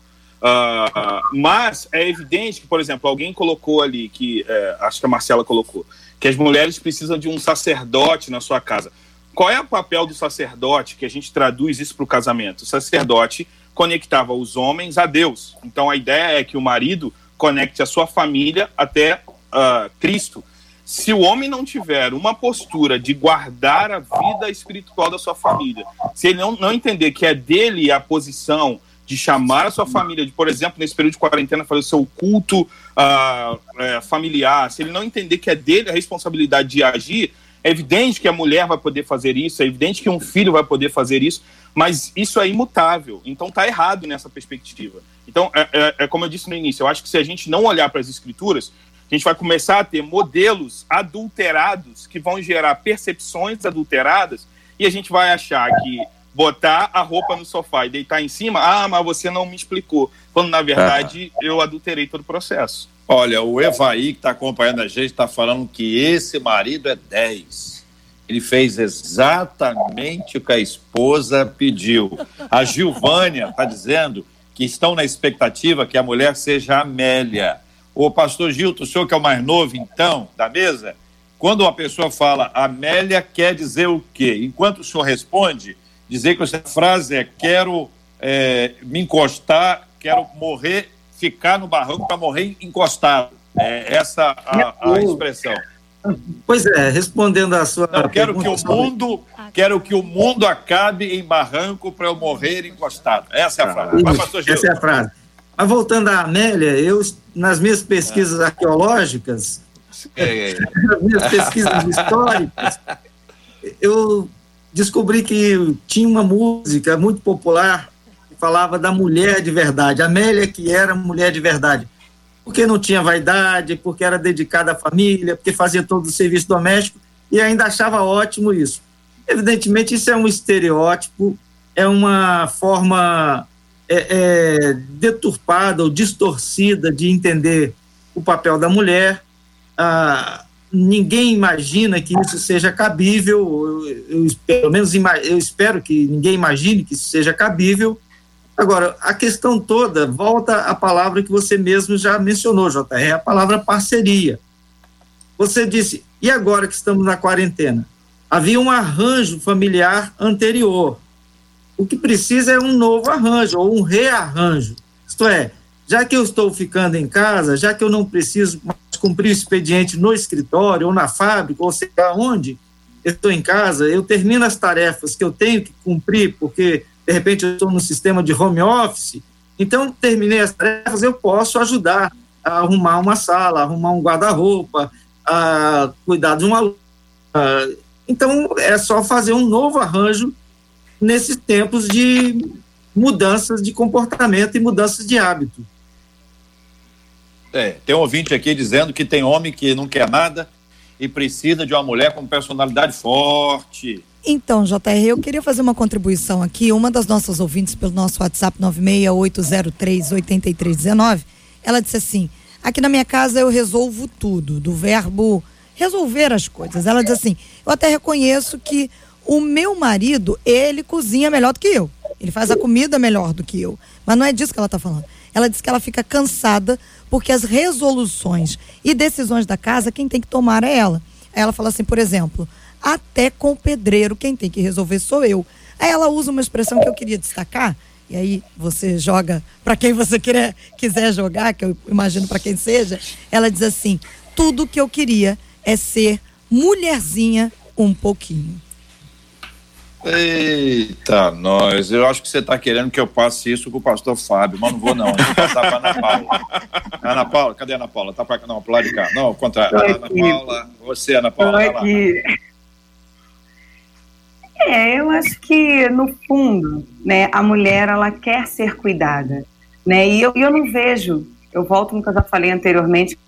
Speaker 6: Mas é evidente que, por exemplo, alguém colocou ali, acho que a Marcela colocou, que as mulheres precisam de um sacerdote na sua casa. Qual é o papel do sacerdote, que a gente traduz isso para o casamento? O sacerdote conectava os homens a Deus. Então a ideia é que o marido conecte a sua família até Cristo. Se o homem não tiver uma postura de guardar a vida espiritual da sua família, se ele não entender que é dele a posição de chamar a sua família, de, por exemplo, nesse período de quarentena, fazer o seu culto familiar, se ele não entender que é dele a responsabilidade de agir, é evidente que a mulher vai poder fazer isso, é evidente que um filho vai poder fazer isso, mas isso é imutável, então está errado nessa perspectiva. Então, como eu disse no início, eu acho que se a gente não olhar para as escrituras, a gente vai começar a ter modelos adulterados que vão gerar percepções adulteradas e a gente vai achar que botar a roupa no sofá e deitar em cima, mas você não me explicou. Quando, na verdade, eu adulterei todo o processo.
Speaker 3: Olha, o Evaí, que está acompanhando a gente, está falando que esse marido é 10. Ele fez exatamente o que a esposa pediu. A Gilvânia está dizendo que estão na expectativa que a mulher seja a Amélia. Ô, pastor Gilton, o senhor que é o mais novo, então, da mesa, quando uma pessoa fala Amélia, quer dizer o quê? Enquanto o senhor responde, dizer que essa frase é quero me encostar, quero morrer, ficar no barranco para morrer encostado. É essa a expressão.
Speaker 4: Pois é, respondendo a sua
Speaker 3: pergunta... Quero que o mundo acabe em barranco para eu morrer encostado. Essa é a frase.
Speaker 4: Essa é a frase. Mas voltando à Amélia, eu, nas minhas pesquisas arqueológicas, nas minhas pesquisas históricas, eu descobri que tinha uma música muito popular que falava da mulher de verdade. Amélia, que era mulher de verdade. Porque não tinha vaidade, porque era dedicada à família, porque fazia todo o serviço doméstico e ainda achava ótimo isso. Evidentemente, isso é um estereótipo, é uma forma deturpada ou distorcida de entender o papel da mulher. Ninguém imagina que isso seja cabível, pelo menos eu espero que ninguém imagine que isso seja cabível. Agora, a questão toda volta à palavra que você mesmo já mencionou, JR, é a palavra parceria. Você disse, e agora que estamos na quarentena? Havia um arranjo familiar anterior. O que precisa é um novo arranjo, ou um rearranjo. Isto é, já que eu estou ficando em casa, já que eu não preciso mais cumprir o expediente no escritório, ou na fábrica, ou sei lá onde, eu estou em casa, eu termino as tarefas que eu tenho que cumprir, porque, de repente, eu estou no sistema de home office, então, terminei as tarefas, eu posso ajudar a arrumar uma sala, arrumar um guarda-roupa, a cuidar de um aluno. Então, é só fazer um novo arranjo nesses tempos de mudanças de comportamento e mudanças de hábito.
Speaker 3: Tem um ouvinte aqui dizendo que tem homem que não quer nada e precisa de uma mulher com personalidade forte.
Speaker 9: Então, JR, eu queria fazer uma contribuição aqui. Uma das nossas ouvintes pelo nosso WhatsApp 968038319, ela disse assim, aqui na minha casa eu resolvo tudo, do verbo resolver as coisas. Ela diz assim, eu até reconheço que o meu marido, ele cozinha melhor do que eu. Ele faz a comida melhor do que eu. Mas não é disso que ela está falando. Ela diz que ela fica cansada porque as resoluções e decisões da casa, quem tem que tomar é ela. Aí ela fala assim, por exemplo, até com o pedreiro, quem tem que resolver sou eu. Aí ela usa uma expressão que eu queria destacar, e aí você joga para quem você quiser jogar, que eu imagino para quem seja. Ela diz assim, tudo que eu queria é ser mulherzinha um pouquinho.
Speaker 3: Eita, nós. Eu acho que você está querendo que eu passe isso com o pastor Fábio, mas não vou não. Vou passar para Ana Paula. Ana Paula, cadê a Ana Paula? Tá para não, pro lado de cá. Não, ao contrário. Ana Paula, você, Ana Paula.
Speaker 5: Eu acho que, no fundo, né, a mulher, ela quer ser cuidada, né? E eu não vejo, eu volto no que eu já falei anteriormente,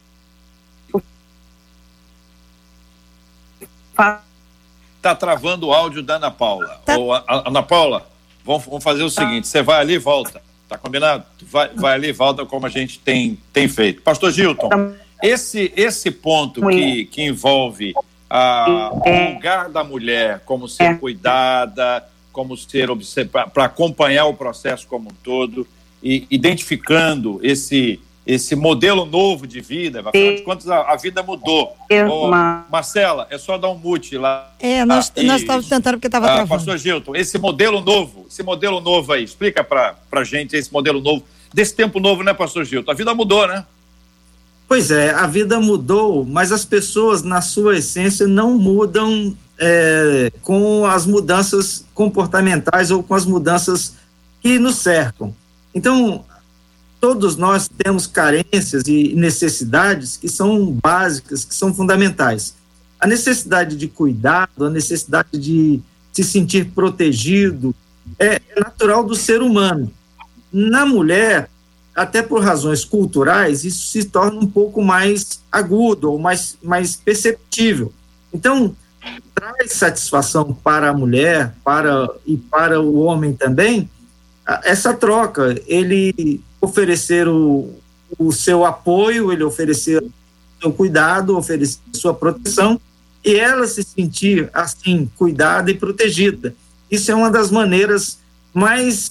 Speaker 3: Tá travando o áudio da Ana Paula. Ô, Ana Paula, vamos fazer o seguinte, você vai ali e volta, tá combinado? Vai ali e volta como a gente tem feito. Pastor Gilton, esse ponto que envolve o lugar da mulher como ser cuidada, como ser para acompanhar o processo como um todo, e identificando esse modelo novo de vida, afinal de contas a vida mudou. Marcela, é só dar um mute lá.
Speaker 9: Nós estávamos tentando porque estava travando.
Speaker 3: Pastor Gilton, esse modelo novo aí, explica pra gente esse modelo novo, desse tempo novo, né, pastor Gilton? A vida mudou, né?
Speaker 4: Pois é, a vida mudou, mas as pessoas, na sua essência, não mudam com as mudanças comportamentais ou com as mudanças que nos cercam. Então, todos nós temos carências e necessidades que são básicas, que são fundamentais. A necessidade de cuidado, a necessidade de se sentir protegido, é natural do ser humano. Na mulher, até por razões culturais, isso se torna um pouco mais agudo ou mais perceptível. Então, traz satisfação para a mulher e para o homem também, essa troca, ele oferecer o seu apoio, ele oferecer o seu cuidado, oferecer a sua proteção, e ela se sentir assim, cuidada e protegida. Isso é uma das maneiras mais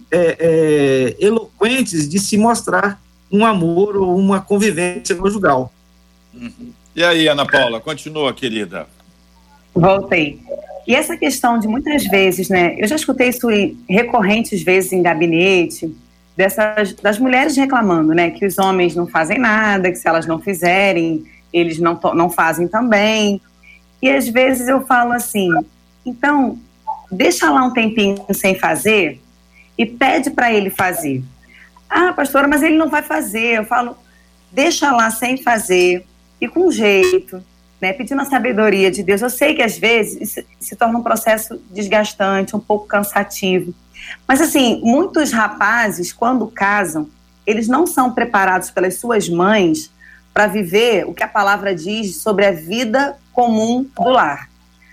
Speaker 4: eloquentes de se mostrar um amor ou uma convivência conjugal.
Speaker 3: E aí, Ana Paula, continua, querida.
Speaker 5: Voltei. E essa questão de muitas vezes, né, eu já escutei isso recorrentes vezes em gabinete, das mulheres reclamando, né, que os homens não fazem nada, que se elas não fizerem, eles não fazem também. E às vezes eu falo assim, então, deixa lá um tempinho sem fazer e pede para ele fazer. Ah, pastora, mas ele não vai fazer. Eu falo, deixa lá sem fazer e com jeito, né, pedindo a sabedoria de Deus. Eu sei que às vezes isso se torna um processo desgastante, um pouco cansativo. Mas assim, muitos rapazes, quando casam, eles não são preparados pelas suas mães para viver o que a palavra diz sobre a vida comum do lar.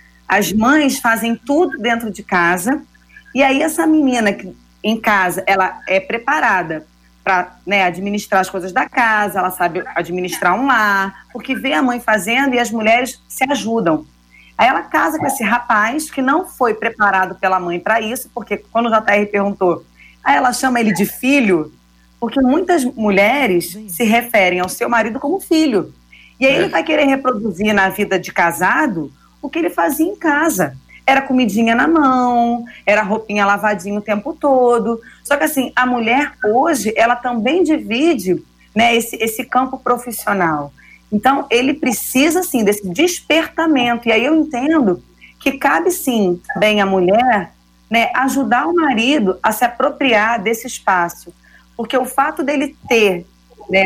Speaker 5: As mães fazem tudo dentro de casa, e aí essa menina que em casa, ela é preparada para, né, administrar as coisas da casa, ela sabe administrar um lar, porque vê a mãe fazendo e as mulheres se ajudam. Aí ela casa com esse rapaz que não foi preparado pela mãe para isso, porque quando o JR perguntou, aí ela chama ele de filho, porque muitas mulheres se referem ao seu marido como filho. E aí ele vai querer reproduzir na vida de casado o que ele fazia em casa. Era comidinha na mão, era roupinha lavadinha o tempo todo. Só que assim, a mulher hoje, ela também divide, né, esse campo profissional. Então, ele precisa, sim, desse despertamento. E aí eu entendo que cabe, sim, bem a mulher, né, ajudar o marido a se apropriar desse espaço. Porque o fato dele ter, né,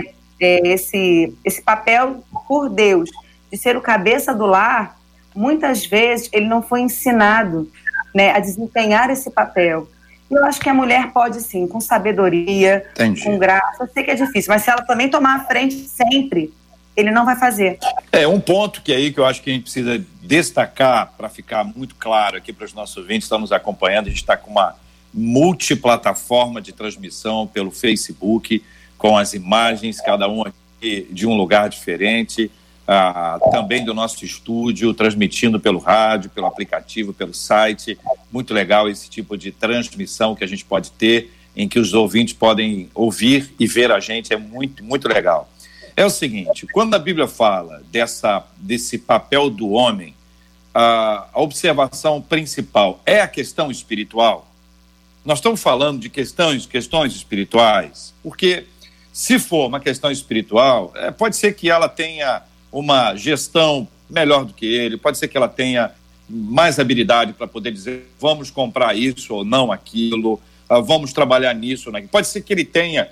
Speaker 5: esse papel por Deus, de ser o cabeça do lar, muitas vezes ele não foi ensinado, né, a desempenhar esse papel. E eu acho que a mulher pode, sim, com sabedoria, com graça. Eu sei que é difícil, mas se ela também tomar a frente sempre, ele não vai fazer. Um
Speaker 3: ponto que eu acho que a gente precisa destacar para ficar muito claro aqui para os nossos ouvintes que estão nos acompanhando. A gente está com uma multiplataforma de transmissão pelo Facebook, com as imagens, cada um aqui de um lugar diferente, também do nosso estúdio, transmitindo pelo rádio, pelo aplicativo, pelo site. Muito legal esse tipo de transmissão que a gente pode ter, em que os ouvintes podem ouvir e ver a gente, é muito, muito legal. É o seguinte, quando a Bíblia fala desse papel do homem, a observação principal é a questão espiritual. Nós estamos falando de questões espirituais, porque se for uma questão espiritual, pode ser que ela tenha uma gestão melhor do que ele, pode ser que ela tenha mais habilidade para poder dizer vamos comprar isso ou não aquilo, vamos trabalhar nisso ou naquilo. Pode ser que ele tenha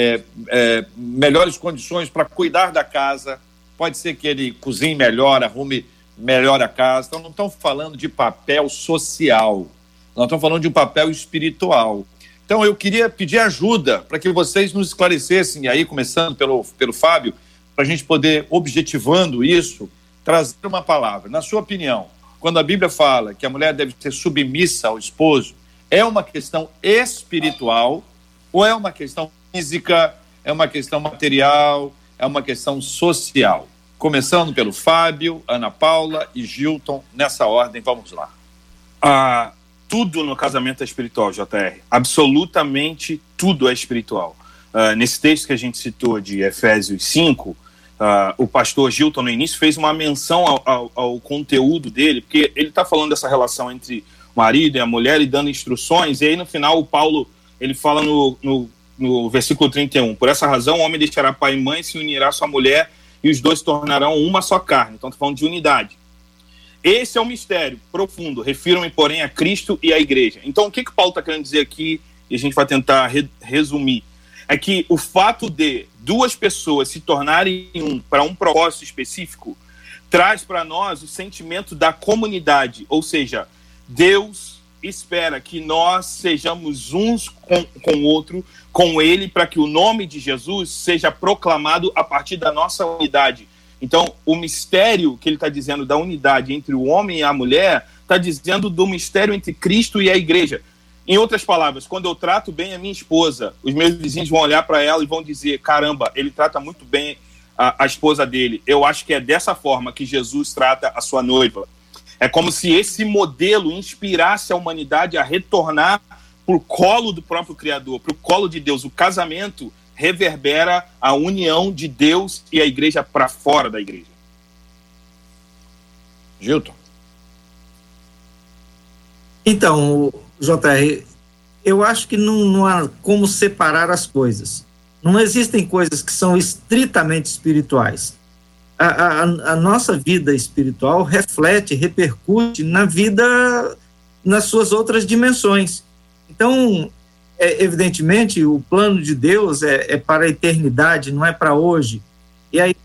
Speaker 3: melhores condições para cuidar da casa, pode ser que ele cozinhe melhor, arrume melhor a casa. Então não estamos falando de papel social, nós estamos falando de um papel espiritual. Então eu queria pedir ajuda para que vocês nos esclarecessem, e aí começando pelo Fábio, para a gente poder, objetivando isso, trazer uma palavra. Na sua opinião, quando a Bíblia fala que a mulher deve ser submissa ao esposo, é uma questão espiritual ou é uma questão física, é uma questão material, é uma questão social? Começando pelo Fábio, Ana Paula e Gilton, nessa ordem, vamos lá.
Speaker 6: Tudo no casamento é espiritual, JR. Absolutamente tudo é espiritual. Nesse texto que a gente citou de Efésios 5, o pastor Gilton no início fez uma menção ao conteúdo dele, porque ele está falando dessa relação entre o marido e a mulher e dando instruções, e aí no final o Paulo ele fala no versículo 31, por essa razão o homem deixará pai e mãe, se unirá à sua mulher e os dois se tornarão uma só carne. Então está falando de unidade. Esse é um mistério profundo, refiro-me porém a Cristo e à igreja. Então o que Paulo está querendo dizer aqui, e a gente vai tentar resumir, é que o fato de duas pessoas se tornarem para um propósito específico traz para nós o sentimento da comunidade, ou seja, Deus espera que nós sejamos uns com o outro, com ele, para que o nome de Jesus seja proclamado a partir da nossa unidade. Então, o mistério que ele está dizendo da unidade entre o homem e a mulher, está dizendo do mistério entre Cristo e a igreja. Em outras palavras, quando eu trato bem a minha esposa, os meus vizinhos vão olhar para ela e vão dizer, caramba, ele trata muito bem a esposa dele. Eu acho que é dessa forma que Jesus trata a sua noiva. É como se esse modelo inspirasse a humanidade a retornar para o colo do próprio Criador, para o colo de Deus. O casamento reverbera a união de Deus e a igreja para fora da igreja.
Speaker 3: Gilton.
Speaker 4: Então, JR, eu acho que não há como separar as coisas. Não existem coisas que são estritamente espirituais. A nossa vida espiritual reflete, repercute na vida, nas suas outras dimensões. Então, evidentemente, o plano de Deus é para a eternidade, não é para hoje. E aí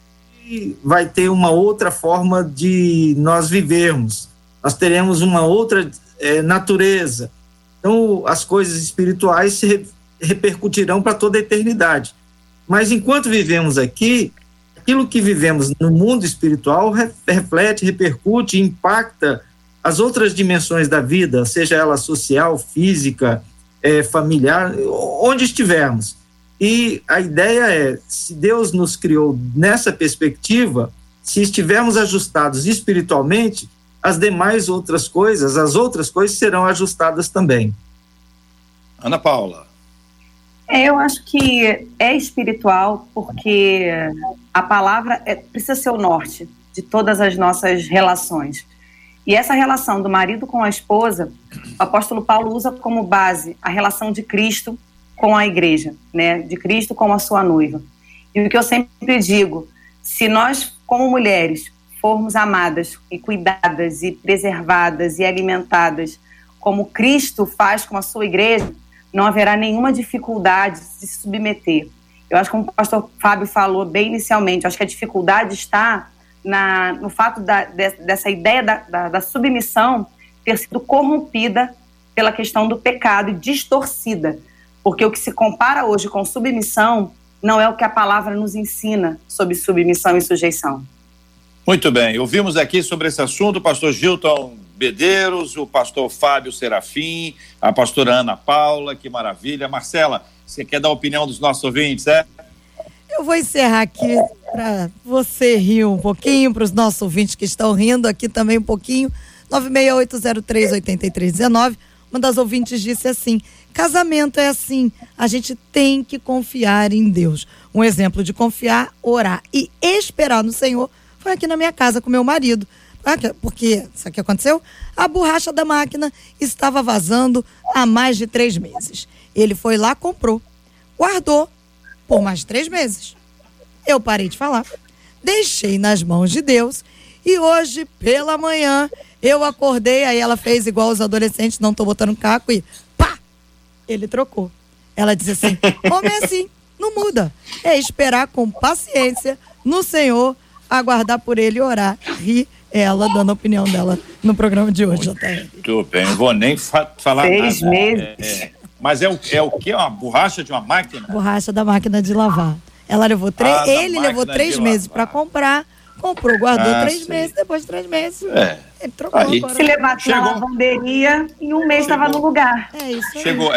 Speaker 4: vai ter uma outra forma de nós vivermos. Nós teremos uma outra natureza. Então, as coisas espirituais se repercutirão para toda a eternidade. Mas enquanto vivemos aqui, aquilo que vivemos no mundo espiritual reflete, repercute, impacta as outras dimensões da vida, seja ela social, física, familiar, onde estivermos. E a ideia é, se Deus nos criou nessa perspectiva, se estivermos ajustados espiritualmente, as demais outras coisas, as outras coisas serão ajustadas também.
Speaker 3: Ana Paula.
Speaker 5: Eu acho que é espiritual porque a palavra precisa ser o norte de todas as nossas relações. E essa relação do marido com a esposa, o apóstolo Paulo usa como base a relação de Cristo com a igreja, né? De Cristo com a sua noiva. E o que eu sempre digo, se nós, como mulheres, formos amadas e cuidadas e preservadas e alimentadas como Cristo faz com a sua igreja, não haverá nenhuma dificuldade de se submeter. Eu acho que, como o pastor Fábio falou bem inicialmente, eu acho que a dificuldade está no fato dessa ideia da submissão ter sido corrompida pela questão do pecado e distorcida. Porque o que se compara hoje com submissão não é o que a palavra nos ensina sobre submissão e sujeição.
Speaker 3: Muito bem, ouvimos aqui sobre esse assunto o pastor Gilton Bedeiros, o pastor Fábio Serafim, a pastora Ana Paula, que maravilha. Marcela, você quer dar a opinião dos nossos ouvintes,
Speaker 9: Eu vou encerrar aqui para você rir um pouquinho, para os nossos ouvintes que estão rindo aqui também um pouquinho. 968038319, uma das ouvintes disse assim: casamento é assim, a gente tem que confiar em Deus. Um exemplo de confiar, orar e esperar no Senhor foi aqui na minha casa com meu marido. Porque, sabe o que aconteceu? A borracha da máquina estava vazando há mais de 3 meses. Ele foi lá, comprou, guardou por mais 3 meses. Eu parei de falar, deixei nas mãos de Deus e hoje, pela manhã, eu acordei, aí ela fez igual os adolescentes, não tô botando caco e pá! Ele trocou. Ela disse assim, homem é assim, não muda. É esperar com paciência no Senhor, aguardar por ele e orar. Rir ela dando a opinião dela no programa de hoje.
Speaker 3: Muito bem, não vou nem falar
Speaker 5: 6
Speaker 3: nada.
Speaker 5: meses.
Speaker 3: Mas é o quê? Uma borracha de uma máquina?
Speaker 9: Borracha da máquina de lavar. Ela levou ele levou 3 meses para comprar, comprou, guardou 3 meses, depois de 3 meses. Ele trocou agora.
Speaker 5: Se levasse na lavanderia, em 1 mês estava no lugar.
Speaker 9: É isso aí.
Speaker 3: Chegou,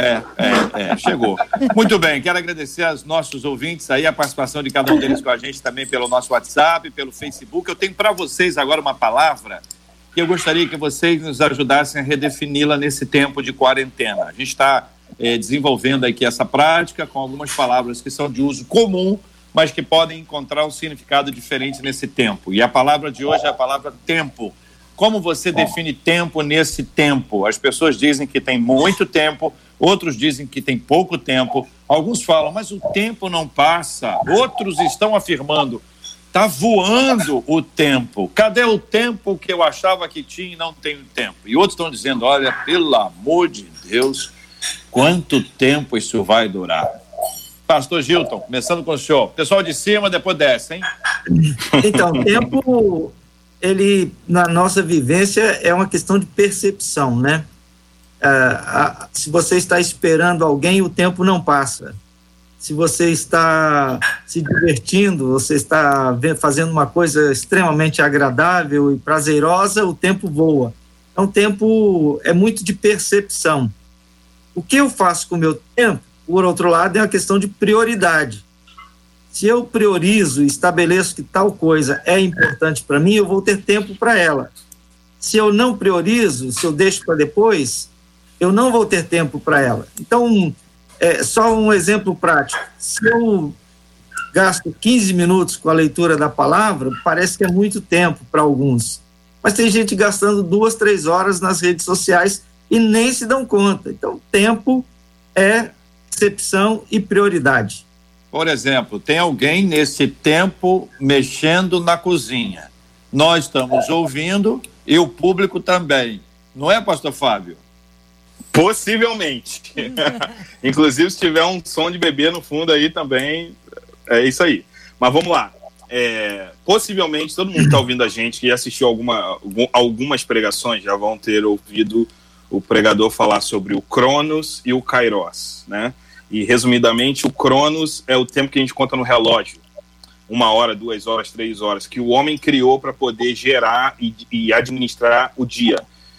Speaker 3: chegou. Muito bem, quero agradecer aos nossos ouvintes aí, a participação de cada um deles com a gente também pelo nosso WhatsApp, pelo Facebook. Eu tenho para vocês agora uma palavra que eu gostaria que vocês nos ajudassem a redefini-la nesse tempo de quarentena. A gente está desenvolvendo aqui essa prática com algumas palavras que são de uso comum, mas que podem encontrar um significado diferente nesse tempo. E a palavra de hoje é a palavra tempo. Como você define tempo nesse tempo? As pessoas dizem que tem muito tempo, outros dizem que tem pouco tempo. Alguns falam, mas o tempo não passa. Outros estão afirmando, está voando o tempo. Cadê o tempo que eu achava que tinha e não tenho tempo? E outros estão dizendo, olha, pelo amor de Deus, quanto tempo isso vai durar? Pastor Gilton, começando com o senhor. Pessoal de cima, depois desce, hein?
Speaker 4: Então, tempo, ele, na nossa vivência, é uma questão de percepção, né? Se você está esperando alguém, o tempo não passa. se você está se divertindo, você está fazendo uma coisa extremamente agradável e prazerosa, o tempo voa. Então, o tempo é muito de percepção. O que eu faço com o meu tempo, por outro lado, é uma questão de prioridade. Se eu priorizo e estabeleço que tal coisa é importante para mim, eu vou ter tempo para ela. Se eu não priorizo, se eu deixo para depois, eu não vou ter tempo para ela. Então, só um exemplo prático. Se eu gasto 15 minutos com a leitura da palavra, parece que é muito tempo para alguns. Mas tem gente gastando 2, 3 horas nas redes sociais e nem se dão conta. Então, tempo é percepção e prioridade.
Speaker 3: Por exemplo, tem alguém nesse tempo mexendo na cozinha. Nós estamos ouvindo e o público também. Não é, pastor Fábio?
Speaker 6: Possivelmente. Inclusive, se tiver um som de bebê no fundo aí também, é isso aí. Mas vamos lá. Possivelmente, todo mundo que está ouvindo a gente e assistiu algumas pregações já vão ter ouvido o pregador falar sobre o Cronos e o Kairos, né? E, resumidamente, o Cronos é o tempo que a gente conta no relógio. 1 hora, 2 horas, 3 horas, que o homem criou para poder gerar e administrar o dia.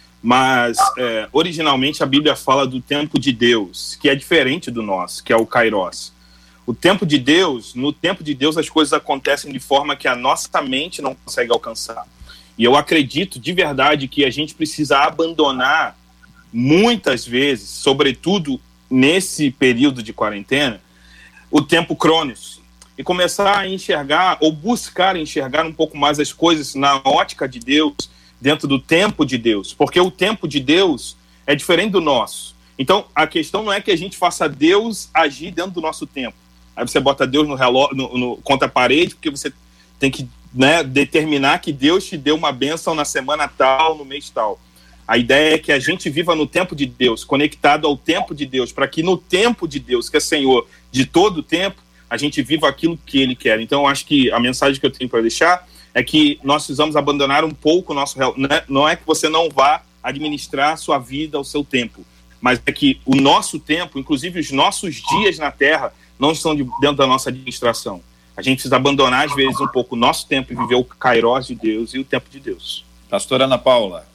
Speaker 6: Mas, originalmente, a Bíblia fala do tempo de Deus, que é diferente do nosso, que é o Kairos. O tempo de Deus, no tempo de Deus, as coisas acontecem de forma que a nossa mente não consegue alcançar. E eu acredito de verdade que a gente precisa abandonar, muitas vezes, sobretudo nesse período de quarentena, o tempo Cronos. E começar a enxergar, ou buscar enxergar um pouco mais as coisas na ótica de Deus, dentro do tempo de Deus. Porque o tempo de Deus é diferente do nosso. Então, a questão não é que a gente faça Deus agir dentro do nosso tempo. Aí você bota Deus no relógio, contra a parede, porque você tem que, né, determinar que Deus te deu uma bênção na semana tal, no mês tal. A ideia é que a gente viva no tempo de Deus, conectado ao tempo de Deus, para que no tempo de Deus, que é Senhor de todo o tempo, a gente viva aquilo que Ele quer. Então, eu acho que a mensagem que eu tenho para deixar é que nós precisamos abandonar um pouco o nosso... Não é que você não vá administrar a sua vida, o seu tempo, mas é que o nosso tempo, inclusive os nossos dias na Terra, não estão dentro da nossa administração. A gente precisa abandonar, às vezes, um pouco o nosso tempo e viver o Kairos de Deus e o tempo de Deus.
Speaker 3: Pastora Ana Paula.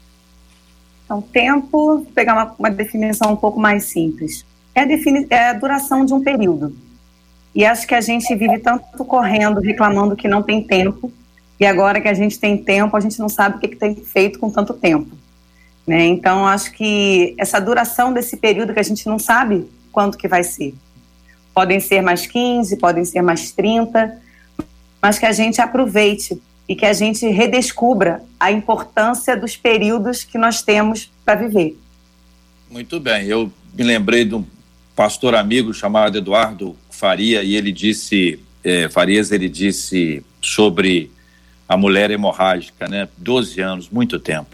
Speaker 5: Então, tempo, pegar uma definição um pouco mais simples. É a duração de um período. E acho que a gente vive tanto correndo, reclamando que não tem tempo, e agora que a gente tem tempo, a gente não sabe o que tem feito com tanto tempo. Né? Então, acho que essa duração desse período que a gente não sabe quanto que vai ser. Podem ser mais 15, podem ser mais 30, mas que a gente aproveite e que a gente redescubra a importância dos períodos que nós temos para viver.
Speaker 3: Muito bem, eu me lembrei de um pastor amigo chamado Eduardo Faria, e ele disse, Farias, ele disse sobre a mulher hemorrágica, né? 12 anos, muito tempo.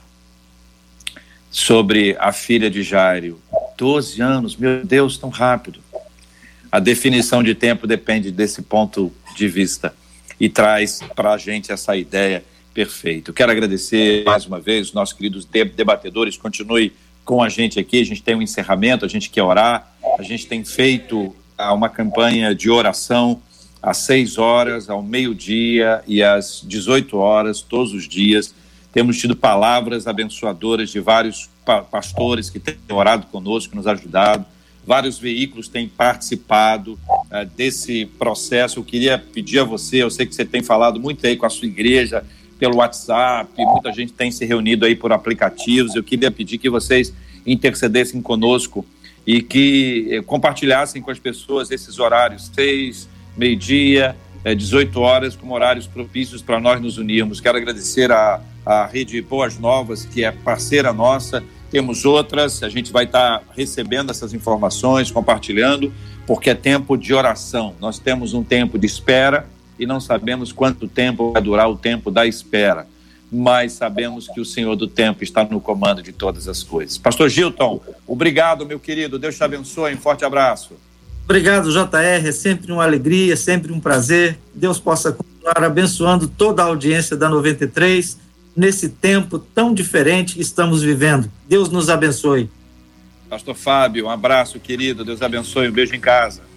Speaker 3: Sobre a filha de Jairo, 12 anos, meu Deus, tão rápido. A definição de tempo depende desse ponto de vista e traz para a gente essa ideia perfeita. Eu quero agradecer mais uma vez os nossos queridos debatedores. Continue com a gente aqui, a gente tem um encerramento, a gente quer orar, a gente tem feito uma campanha de oração às 6 horas, ao meio-dia e às 18 horas, todos os dias. Temos tido palavras abençoadoras de vários pastores que têm orado conosco, nos ajudado. Vários veículos têm participado desse processo. Eu queria pedir a você, eu sei que você tem falado muito aí com a sua igreja, pelo WhatsApp, muita gente tem se reunido aí por aplicativos. Eu queria pedir que vocês intercedessem conosco e que compartilhassem com as pessoas esses horários, 6, meio-dia, 18 horas, como horários propícios para nós nos unirmos. Quero agradecer a Rede Boas Novas, que é parceira nossa. Temos outras, a gente vai estar recebendo essas informações, compartilhando, porque é tempo de oração. Nós temos um tempo de espera e não sabemos quanto tempo vai durar o tempo da espera, mas sabemos que o Senhor do tempo está no comando de todas as coisas. Pastor Gilton, obrigado, meu querido. Deus te abençoe. Um forte abraço.
Speaker 4: Obrigado, JR. É sempre uma alegria, sempre um prazer. Deus possa continuar abençoando toda a audiência da 93 nesse tempo tão diferente que estamos vivendo. Deus nos abençoe.
Speaker 3: Pastor Fábio, um abraço, querido. Deus abençoe. Um beijo em casa.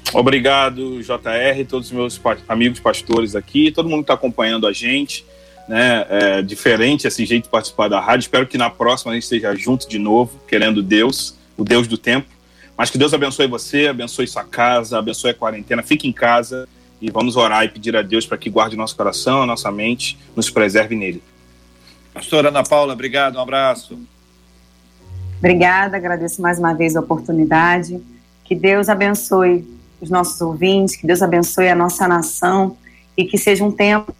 Speaker 6: Obrigado, JR, todos os meus amigos pastores aqui, todo mundo que está acompanhando a gente, né? É diferente esse jeito de participar da rádio. Espero que na próxima a gente esteja junto de novo, querendo Deus, o Deus do tempo. Mas que Deus abençoe você, abençoe sua casa, abençoe a quarentena. Fique em casa e vamos orar e pedir a Deus para que guarde nosso coração, a nossa mente, nos preserve nele.
Speaker 3: Pastora Ana Paula, obrigado, um abraço.
Speaker 5: Obrigada, agradeço mais uma vez a oportunidade. Que Deus abençoe os nossos ouvintes, que Deus abençoe a nossa nação e que seja um tempo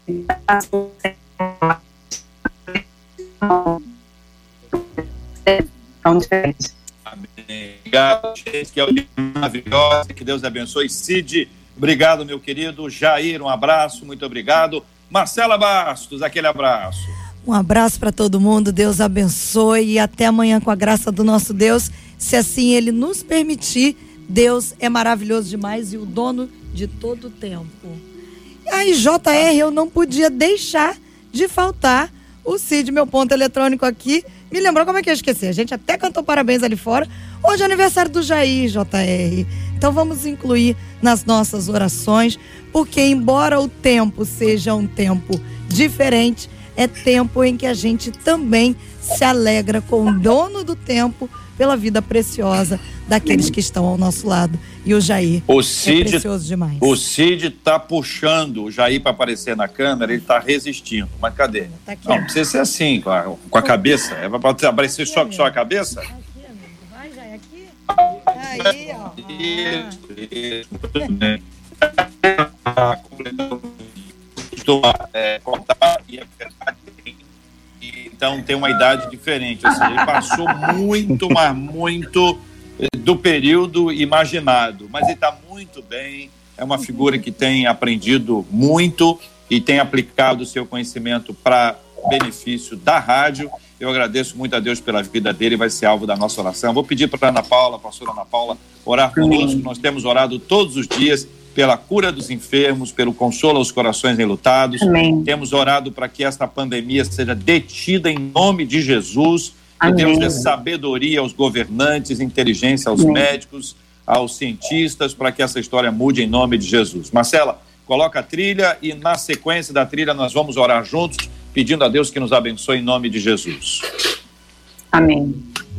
Speaker 5: tão diferente.
Speaker 3: Amém. Obrigado, gente, que é o dia maravilhoso, que Deus abençoe. Cid, obrigado, meu querido. Jair, um abraço, muito obrigado. Marcela Bastos, aquele abraço.
Speaker 9: Um abraço para todo mundo, Deus abençoe e até amanhã com a graça do nosso Deus, se assim Ele nos permitir. Deus é maravilhoso demais e o dono de todo o tempo. E aí, JR, eu não podia deixar de faltar o Cid, meu ponto eletrônico aqui. Me lembrou, como é que eu esqueci? A gente até cantou parabéns ali fora. Hoje é aniversário do Jair, JR. Então vamos incluir nas nossas orações, porque embora o tempo seja um tempo diferente, é tempo em que a gente também se alegra com o dono do tempo pela vida preciosa daqueles que estão ao nosso lado. E o Jair é precioso demais.
Speaker 3: O Cid tá puxando o Jair para aparecer na câmera, ele tá resistindo. Mas cadê?
Speaker 9: Tá aqui,
Speaker 3: não precisa ser assim, com a cabeça. É para aparecer só com sua cabeça?
Speaker 9: Aqui, amigo. Vai, Jair, aqui. Aí, ó.
Speaker 3: Isso. Muito bem. Contar e é verdade. Então tem uma idade diferente, ou seja, ele passou muito, mas muito do período imaginado, mas ele está muito bem, é uma figura que tem aprendido muito e tem aplicado o seu conhecimento para benefício da rádio. Eu agradeço muito a Deus pela vida dele, vai ser alvo da nossa oração. Vou pedir para a pastora Ana Paula, orar conosco. Nós temos orado todos os dias pela cura dos enfermos, pelo consolo aos corações enlutados. Amém. Temos orado para que esta pandemia seja detida em nome de Jesus. Que Deus dê sabedoria aos governantes, inteligência aos médicos, aos cientistas, para que essa história mude em nome de Jesus. Marcela, coloca a trilha e na sequência da trilha nós vamos orar juntos, pedindo a Deus que nos abençoe em nome de Jesus.
Speaker 5: Amém.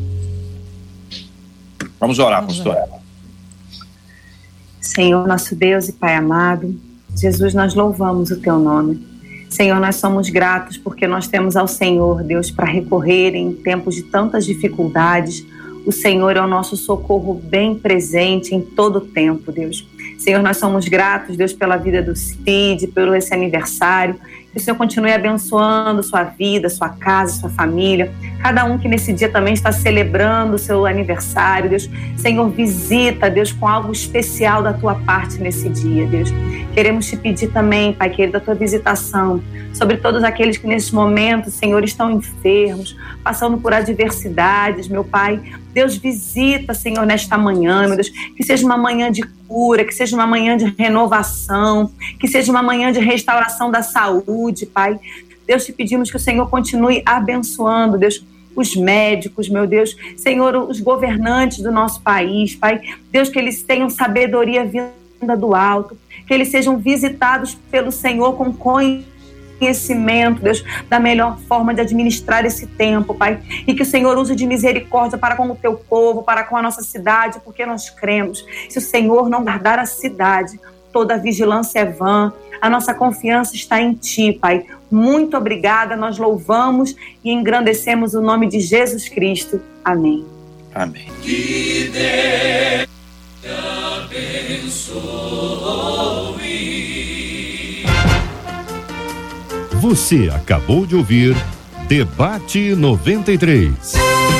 Speaker 3: Vamos orar, pastora.
Speaker 5: Senhor, nosso Deus e Pai amado, Jesus, nós louvamos o Teu nome. Senhor, nós somos gratos porque nós temos ao Senhor, Deus, para recorrer em tempos de tantas dificuldades. O Senhor é o nosso socorro bem presente em todo o tempo, Deus. Senhor, nós somos gratos, Deus, pela vida do Cid, pelo esse aniversário. Que o Senhor continue abençoando sua vida, sua casa, sua família. Cada um que nesse dia também está celebrando o seu aniversário, Deus. Senhor, visita, Deus, com algo especial da tua parte nesse dia, Deus. Queremos te pedir também, Pai querido, a tua visitação sobre todos aqueles que nesse momento, Senhor, estão enfermos, passando por adversidades, meu Pai. Deus, visita, Senhor, nesta manhã, meu Deus, que seja uma manhã de cura, que seja uma manhã de renovação, que seja uma manhã de restauração da saúde, Pai. Deus, te pedimos que o Senhor continue abençoando, Deus, os médicos, meu Deus, Senhor, os governantes do nosso país, Pai. Deus, que eles tenham sabedoria vinda do alto, que eles sejam visitados pelo Senhor com conhecimento, Deus, da melhor forma de administrar esse tempo, Pai, e que o Senhor use de misericórdia para com o teu povo, para com a nossa cidade, porque nós cremos, se o Senhor não guardar a cidade, toda a vigilância é vã, a nossa confiança está em Ti, Pai. Muito obrigada, nós louvamos e engrandecemos o nome de Jesus Cristo. Amém.
Speaker 3: Amém.
Speaker 10: Que Deus te abençoe.
Speaker 1: Você acabou de ouvir Debate 93.